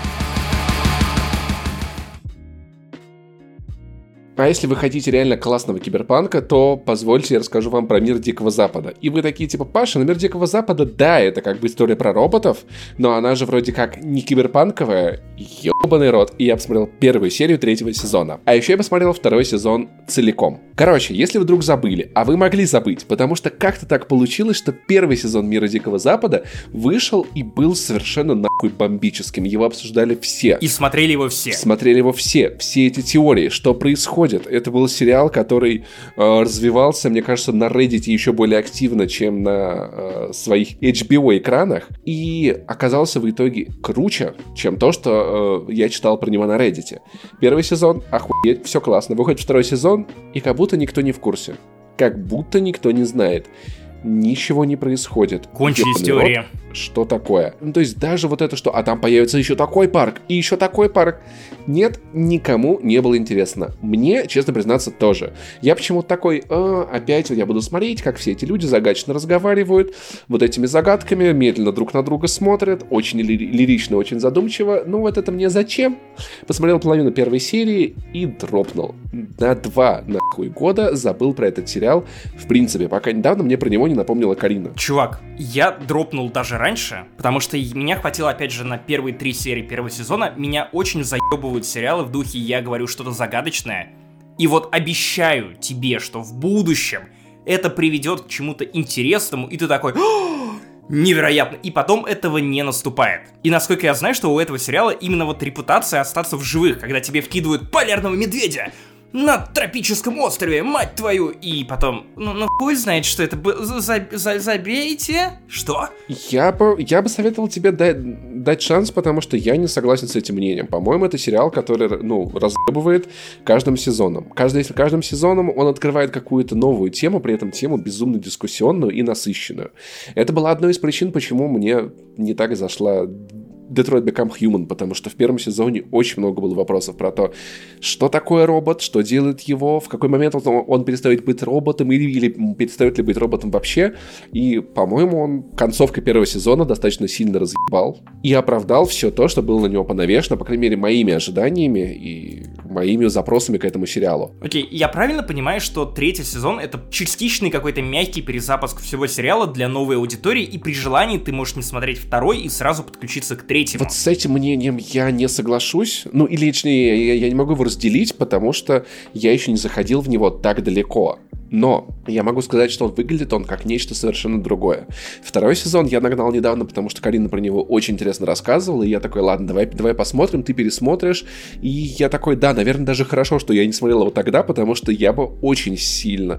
А если вы хотите реально классного киберпанка, то позвольте я расскажу вам про «Мир Дикого Запада». И вы такие типа: Паша, ну «Мир Дикого Запада», да, это как бы история про роботов, но она же вроде как не киберпанковая. Ёбаный рот. И я посмотрел первую серию третьего сезона. А еще я посмотрел второй сезон целиком. Короче, если вы вдруг забыли, а вы могли забыть, потому что как-то так получилось, что первый сезон «Мира Дикого Запада» вышел и был совершенно нахуй бомбическим. Его обсуждали все. И смотрели его все. Смотрели его все. Все эти теории, что происходит. Это был сериал, который развивался, мне кажется, на Reddit еще более активно, чем на своих HBO-экранах. И оказался в итоге круче, чем то, что я читал про него на Reddit. Первый сезон, охуеть, все классно. Выходит второй сезон, и как будто никто не в курсе. Как будто никто не знает. Ничего не происходит. Кончились теории. Что такое? Ну, то есть даже вот это, что там появится еще такой парк, и еще такой парк. Нет, никому не было интересно. Мне, честно признаться, тоже. Я почему-то такой: опять вот я буду смотреть, как все эти люди загадочно разговаривают, вот этими загадками, медленно друг на друга смотрят, очень лирично, очень задумчиво. Ну вот это мне зачем? Посмотрел половину первой серии и дропнул. На 2 года забыл про этот сериал. В принципе, пока недавно мне про него не напомнила Карина. Чувак, я дропнул даже раньше, потому что меня хватило, опять же, на первые 3 серии первого сезона. Меня очень заебывают сериалы в духе «я говорю что-то загадочное». И вот обещаю тебе, что в будущем это приведет к чему-то интересному, и ты такой: невероятно! И потом этого не наступает. И насколько я знаю, что у этого сериала именно вот репутация остаться в живых, когда тебе вкидывают полярного медведя на тропическом острове, мать твою, и потом, ну хуй знает, что это было, забейте. Что? Я бы советовал тебе дать шанс, потому что я не согласен с этим мнением. По-моему, это сериал, который, разъебывает каждым сезоном. Каждым сезоном он открывает какую-то новую тему, при этом тему безумно дискуссионную и насыщенную. Это была одной из причин, почему мне не так зашла Detroit Become Human, потому что в первом сезоне очень много было вопросов про то, что такое робот, что делает его, в какой момент он перестает быть роботом или перестает ли быть роботом вообще. И, по-моему, он концовкой первого сезона достаточно сильно разъебал и оправдал все то, что было на него понавешено, по крайней мере, моими ожиданиями и моими запросами к этому сериалу. Окей, я правильно понимаю, что третий сезон — это частичный какой-то мягкий перезапуск всего сериала для новой аудитории, и при желании ты можешь не смотреть второй и сразу подключиться к третьему? Вот с этим мнением я не соглашусь. Ну, или, точнее, я не могу его разделить, потому что я еще не заходил в него так далеко. Но я могу сказать, что выглядит он как нечто совершенно другое. Второй сезон я нагнал недавно, потому что Карина про него очень интересно рассказывала, и я такой: ладно, давай посмотрим, ты пересмотришь. И я такой: да, наверное, даже хорошо, что я не смотрел его тогда, потому что я бы очень сильно,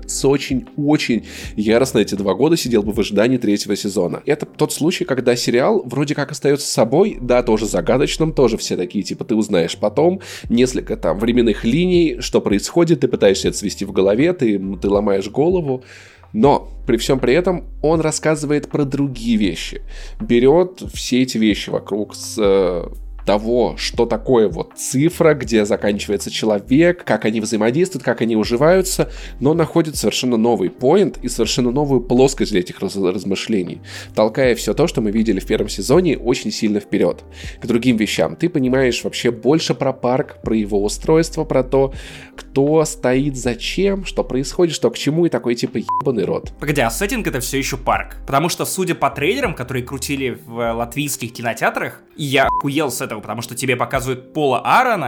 очень яростно эти 2 года сидел бы в ожидании третьего сезона. Это тот случай, когда сериал вроде как остается собой, да, тоже загадочным, тоже все такие, типа, ты узнаешь потом, несколько там временных линий, что происходит, ты пытаешься это свести в голове, ты ломаешь голову, но при всем при этом он рассказывает про другие вещи, берет все эти вещи вокруг с того, что такое вот цифра, где заканчивается человек, как они взаимодействуют, как они уживаются, но находит совершенно новый поинт и совершенно новую плоскость для этих размышлений, толкая все то, что мы видели в первом сезоне, очень сильно вперед, к другим вещам. Ты понимаешь вообще больше про парк, про его устройство, про то, кто стоит зачем, что происходит, что к чему, и такой типа ебаный рот. Погоди, а сеттинг — это все еще парк? Потому что, судя по трейлерам, которые крутили в латвийских кинотеатрах, и я охуел с этого, потому что тебе показывают Пола Аарона,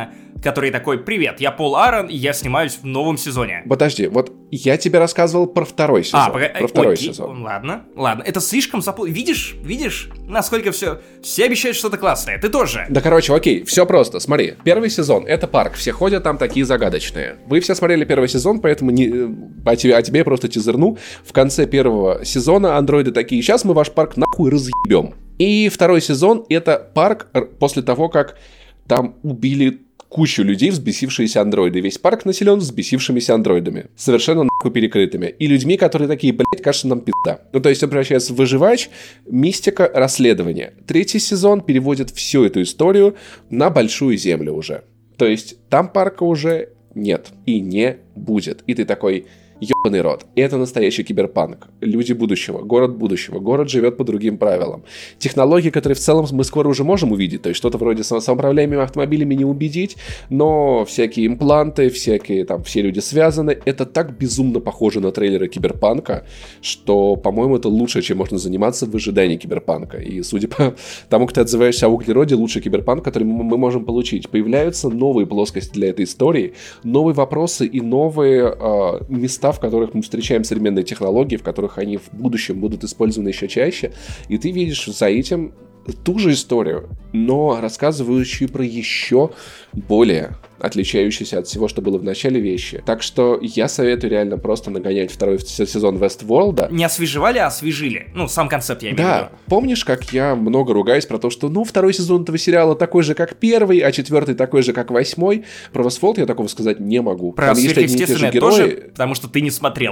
который такой: «Привет, я Пол Аарон, и я снимаюсь в новом сезоне». Подожди, вот я тебе рассказывал про второй сезон. Про второй сезон. Ладно, это слишком Видишь, насколько все обещают что-то классное, ты тоже. Да, короче, окей, все просто, смотри. Первый сезон — это парк, все ходят там такие загадочные. Вы все смотрели первый сезон, поэтому тебе я просто тизерну. В конце первого сезона андроиды такие: сейчас мы ваш парк нахуй разъебем. И второй сезон — это парк после того, как там убили кучу людей, взбесившиеся андроиды. Весь парк населен взбесившимися андроидами. Совершенно нахуй перекрытыми. И людьми, которые такие: блять, кажется, нам пизда. Ну, то есть он превращается в выживач, мистика, расследование. Третий сезон переводит всю эту историю на большую землю уже. То есть там парка уже нет и не будет. И ты такой: ёбаный рот. Это настоящий киберпанк. Люди будущего, город живет по другим правилам. Технологии, которые в целом мы скоро уже можем увидеть, то есть что-то вроде самоуправляемыми автомобилями не убедить, но всякие импланты, всякие там, все люди связаны. Это так безумно похоже на трейлеры киберпанка, что, по-моему, это лучше, чем можно заниматься в ожидании киберпанка. И судя по тому, как ты отзываешься о углероде, лучший киберпанк, который мы можем получить. Появляются новые плоскости для этой истории, новые вопросы и новые места, в которых мы встречаем современные технологии, в которых они в будущем будут использованы еще чаще, и ты видишь за этим ту же историю, но рассказывающую про еще более отличающиеся от всего, что было в начале вещи. Так что я советую реально просто нагонять второй сезон Westworld. Не освежевали, а освежили. Ну, сам концепт я имею в виду. Да, помнишь, как я много ругаюсь про то, что, второй сезон этого сериала такой же, как первый, а четвертый такой же, как восьмой? Про Westworld я такого сказать не могу. Про сверхъестественное тоже, потому что ты не смотрел.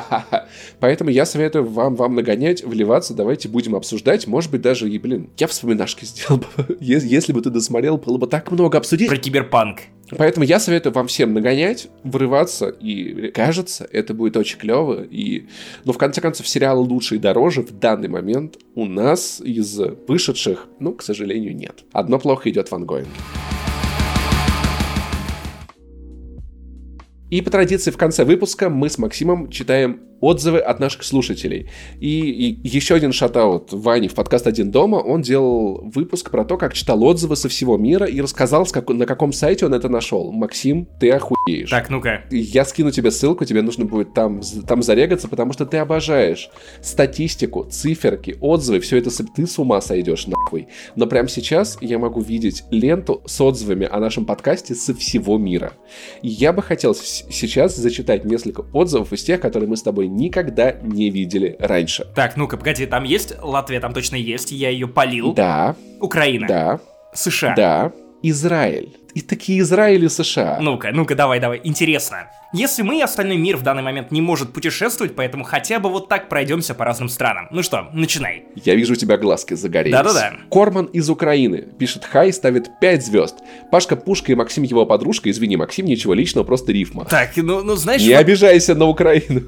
Поэтому я советую вам нагонять, вливаться, давайте будем обсуждать, может быть, даже, я вспоминашки сделал бы. Если бы ты досмотрел, было бы так много обсудить. Про киберпанк. Поэтому я советую вам всем нагонять, врываться, и кажется, это будет очень клево. Но в конце концов, сериалы лучше и дороже в данный момент у нас из вышедших, к сожалению, нет. Одно плохо идет в ангоинге. И по традиции в конце выпуска мы с Максимом читаем отзывы от наших слушателей. И еще один шатаут Ване в подкаст «Один дома». Он делал выпуск про то, как читал отзывы со всего мира и рассказал, на каком сайте он это нашел. Максим, ты охуеешь. Так, ну-ка. Я скину тебе ссылку, тебе нужно будет там зарегаться, потому что ты обожаешь статистику, циферки, отзывы, все это ты с ума сойдешь нахуй. Но прямо сейчас я могу видеть ленту с отзывами о нашем подкасте со всего мира. И я бы хотел сейчас зачитать несколько отзывов из тех, которые мы с тобой никогда не видели раньше. Так, ну-ка, погоди, там есть Латвия, там точно есть, я ее полил. Да. Украина. Да. США. Да. Израиль. И такие Израиль и США. Ну-ка, давай. Интересно. Если мы и остальной мир в данный момент не может путешествовать, поэтому хотя бы вот так пройдемся по разным странам. Ну что, начинай. Я вижу, у тебя глазки загорелись. Да-да-да. Корман из Украины пишет хай, ставит 5 звезд. Пашка Пушка и Максим его подружка. Извини, Максим, ничего личного, просто рифма. Так, ну знаешь... Не обижайся на Украину.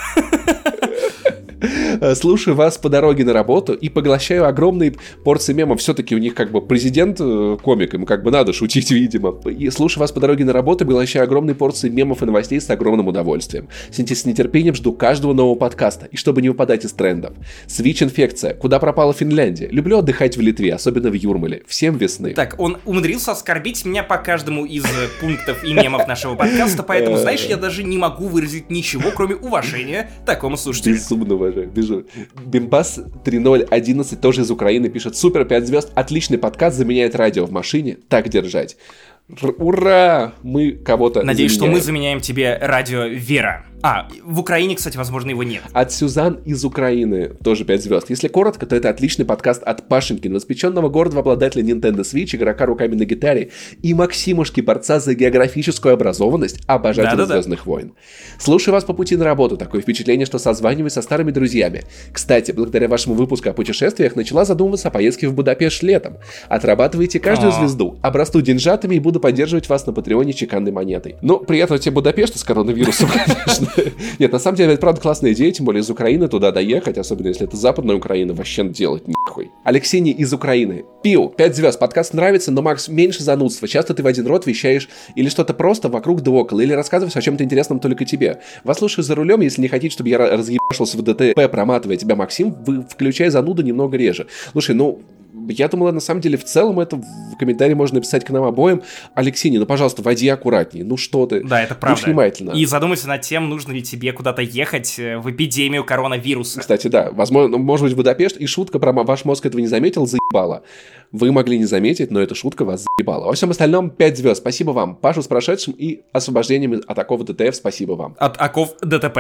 Слушаю вас по дороге на работу и поглощаю огромные порции мемов. Все-таки у них президент комик, ему надо шутить, видимо. И слушаю вас по дороге на работу и поглощаю огромные порции мемов и новостей с огромным удовольствием. С нетерпением жду каждого нового подкаста. И чтобы не выпадать из трендов. Свич-инфекция. Куда пропала Финляндия? Люблю отдыхать в Литве, особенно в Юрмале. Всем весны. Так, он умудрился оскорбить меня по каждому из пунктов и мемов нашего подкаста, поэтому, знаешь, я даже не могу выразить ничего, кроме уважения такому слушателю. Безумно уважаю. Бимбас 3011 тоже из Украины пишет: супер, 5 звезд, отличный подкаст, заменяет радио в машине, так держать. Ура! Мы кого-то Надеюсь, заменяем. что мы заменяем тебе радио Вера. В Украине, кстати, возможно, его нет. От Сюзан из Украины тоже 5 звезд. Если коротко, то это отличный подкаст от Пашеньки, новоспеченного гордого обладателя Nintendo Switch, игрока руками на гитаре, и Максимушки, борца за географическую образованность, обожателя Звездных войн. Слушаю вас по пути на работу. Такое впечатление, что созваниваюсь со старыми друзьями. Кстати, благодаря вашему выпуску о путешествиях начала задумываться о поездке в Будапешт летом. Отрабатываете каждую звезду. Обрасту деньжатами и буду поддерживать вас на Патреоне чеканной монетой. Ну, приятного тебе Будапешта с коронавирусом, конечно. Нет, на самом деле, это правда классная идея, тем более из Украины туда доехать, особенно если это западная Украина, вообще делать нихуй. Алексей из Украины. Пиу, 5 звезд, подкаст нравится, но, Макс, меньше занудства. Часто ты в один рот вещаешь или что-то просто вокруг да около, или рассказываешь о чем-то интересном только тебе. Вас слушаю за рулем, если не хотите, чтобы я разъебашился в ДТП, проматывая тебя, Максим, вы включай зануду немного реже. Слушай, Я думала, на самом деле, в целом это в комментарии можно написать к нам обоим. Алексей, ну, пожалуйста, води аккуратнее. Ну что ты? Да, это правда. Будь внимательно. И задумайся над тем, нужно ли тебе куда-то ехать в эпидемию коронавируса. Кстати, да, возможно, может быть, Будапешт, и шутка про ваш мозг этого не заметил, заебала. Вы могли не заметить, но эта шутка вас заебала. Во всем остальном 5 звезд. Спасибо вам. Пашу с прошедшим и освобождением от оков ДТФ. Спасибо вам. От оков ДТП.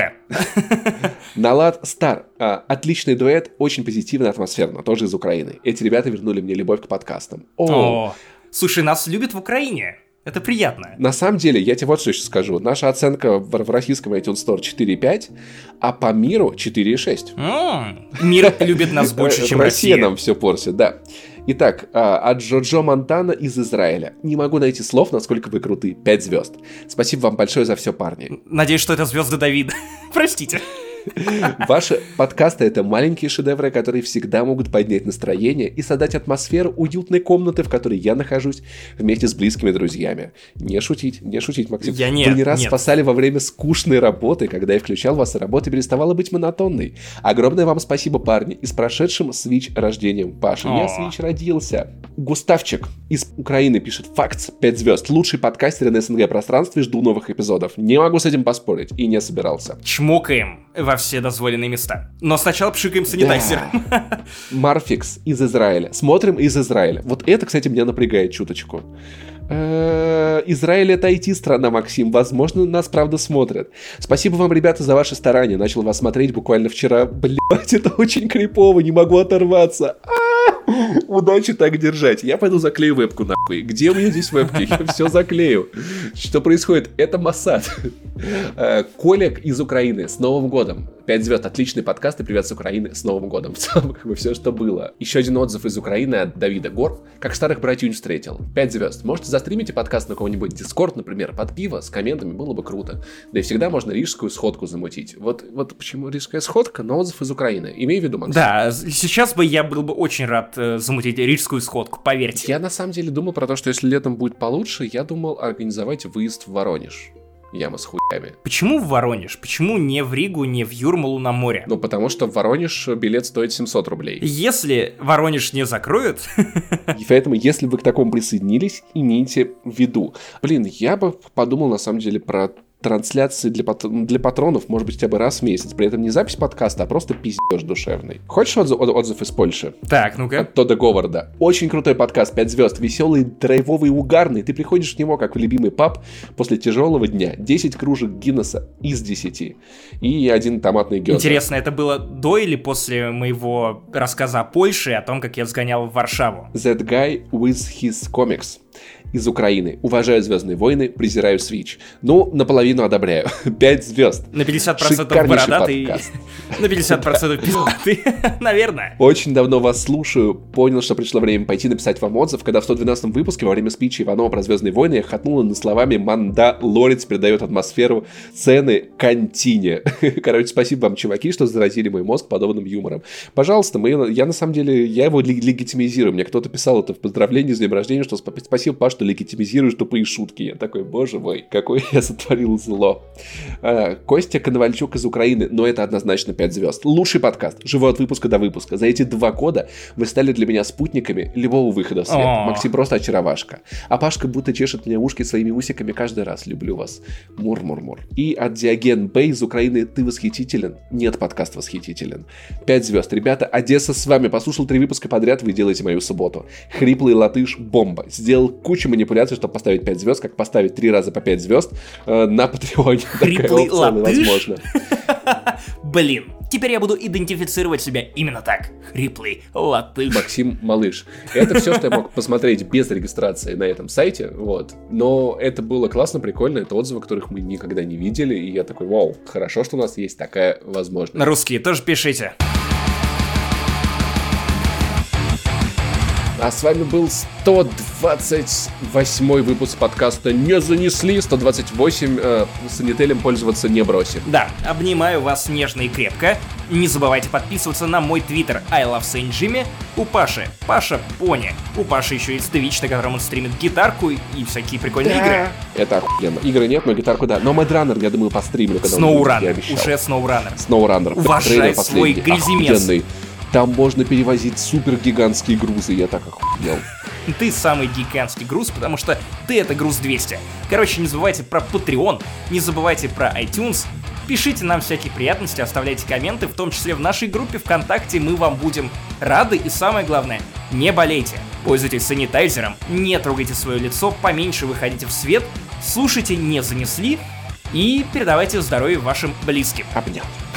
Налад Стар. Отличный дуэт, очень позитивно, атмосферно. Тоже из Украины. Эти ребята вернули мне любовь к подкастам. О, слушай, нас любят в Украине. Это приятно. На самом деле, я тебе вот что еще скажу. Наша оценка в российском iTunes Store 4,5, а по миру 4,6. Мир любит нас больше, чем Россия. Россия нам все портит, да. Итак, от Джоджо Монтана из Израиля. Не могу найти слов, насколько вы круты. 5 звезд. Спасибо вам большое за все, парни. Надеюсь, что это звезды Давида. Простите. Ваши подкасты — это маленькие шедевры, которые всегда могут поднять настроение и создать атмосферу уютной комнаты, в которой я нахожусь вместе с близкими друзьями. Не шутить, Максим. Вы не раз спасали во время скучной работы, когда я включал вас, и работа переставала быть монотонной. Огромное вам спасибо, парни, и с прошедшим Switch рождением. Паша, я Switch родился. Густавчик из Украины пишет: факт, 5 звезд. Лучший подкастер на СНГ пространстве, жду новых эпизодов. Не могу с этим поспорить и не собирался. Чмокаем во все дозволенные места. Но сначала пшикаем санитайзером. Да. Марфикс из Израиля. Смотрим из Израиля. Вот это, кстати, меня напрягает чуточку. Израиль — это IT-страна, Максим. Возможно, нас правда смотрят. Спасибо вам, ребята, за ваши старания. Начал вас смотреть буквально вчера. Блять, это очень крипово, не могу оторваться. Удачи так держать. Я пойду заклею вебку, нахуй. Где у меня здесь вебки? Я все заклею. Что происходит? Это Моссад. Колек из Украины. С Новым годом. 5 звезд. Отличный подкаст и привет с Украины. С Новым годом. В целом, как бы все, что было. Еще один отзыв из Украины от Давида Гор. Как старых братьев встретил. 5 звезд. Можете застримите подкаст на какой-нибудь Discord, например, под пиво, с комментами, было бы круто. Да и всегда можно рижскую сходку замутить. Вот почему рижская сходка, но отзыв из Украины. Имей в виду, Максим. Да, сейчас бы я был бы очень рад замутить рижскую сходку, поверьте. Я на самом деле думал про то, что если летом будет получше, я думал организовать выезд в Воронеж. Яма с хуями. Почему в Воронеж? Почему не в Ригу, не в Юрмалу на море? Ну, потому что в Воронеж билет стоит 700 рублей. Если Воронеж не закроют... И поэтому, если вы к такому присоединились, имейте в виду. Блин, я бы подумал, на самом деле, про трансляции для патронов, может быть, хотя бы раз в месяц. При этом не запись подкаста, а просто пиздеж душевный. Хочешь отзыв из Польши? Так, ну-ка. От Тодда Говарда. Очень крутой подкаст, 5 звезд. Веселый, драйвовый, угарный. Ты приходишь в него, как в любимый паб, после тяжелого дня. 10 кружек Гиннесса из 10. И 1 томатный гёза. Интересно, это было до или после моего рассказа о Польше, о том, как я сгонял в Варшаву? That guy with his comics. Из Украины. Уважаю «Звездные войны», презираю Switch. Ну, наполовину одобряю. 5 звезд. На 50% бородатый. На 50% пиздатый. Наверное. Очень давно вас слушаю. Понял, что пришло время пойти написать вам отзыв, когда в 112-м выпуске во время спичи Иванова про «Звездные войны» я хатнула на словами «Мандалорец передает атмосферу сцены Кантине». Короче, спасибо вам, чуваки, что заразили мой мозг подобным юмором. Пожалуйста, я на самом деле, я его легитимизирую. Мне кто-то писал это в поздравлении с днем рождения, что спасибо, Паш, что легитимизируешь тупые шутки. Я такой, боже мой, какое я сотворил зло. Костя Коновальчук из Украины, но это однозначно 5 звезд. Лучший подкаст, живой от выпуска до выпуска. За эти 2 года вы стали для меня спутниками любого выхода в свет. Максим просто очаровашка. А Пашка будто чешет мне ушки своими усиками каждый раз. Люблю вас. Мур-мур-мур. И от Диоген Б из Украины, ты восхитителен. Нет, подкаст восхитителен. 5 звезд. Ребята, Одесса с вами. Послушал 3 выпуска подряд, вы делаете мою субботу. Хриплый латыш, бомба. Сделал кучу манипуляций, чтобы поставить 5 звезд, как поставить 3 раза по 5 звезд на Патреоне. Хриплый латыш? Возможно. Блин, теперь я буду идентифицировать себя именно так. Хриплый латыш. Максим Малыш. Это все, что я мог посмотреть без регистрации на этом сайте, вот. Но это было классно, прикольно. Это отзывы, которых мы никогда не видели. И я такой, вау, хорошо, что у нас есть такая возможность. Русские тоже пишите. А с вами был 128 выпуск подкаста «Не занесли», 128 санителем пользоваться не бросим. Да, обнимаю вас нежно и крепко. Не забывайте подписываться на мой твиттер I Love Saint Jimmy. У Паши Паша Пони. У Паши еще есть Twitch, на котором он стримит гитарку и всякие прикольные игры. Это охуенно. Игры нет, но гитарку да. Но Мэдраннер, я думаю, постримлю, когда SnowRunner. Уже SnowRunner. SnowRunner. Уважай свой гряземес. Там можно перевозить супер-гигантские грузы, я так охуел. Ты самый гигантский груз, потому что ты это груз 200. Короче, не забывайте про Patreon, не забывайте про iTunes. Пишите нам всякие приятности, оставляйте комменты, в том числе в нашей группе ВКонтакте, мы вам будем рады. И самое главное, не болейте, пользуйтесь санитайзером, не трогайте свое лицо, поменьше выходите в свет, слушайте «Не занесли» и передавайте здоровье вашим близким. Обнял.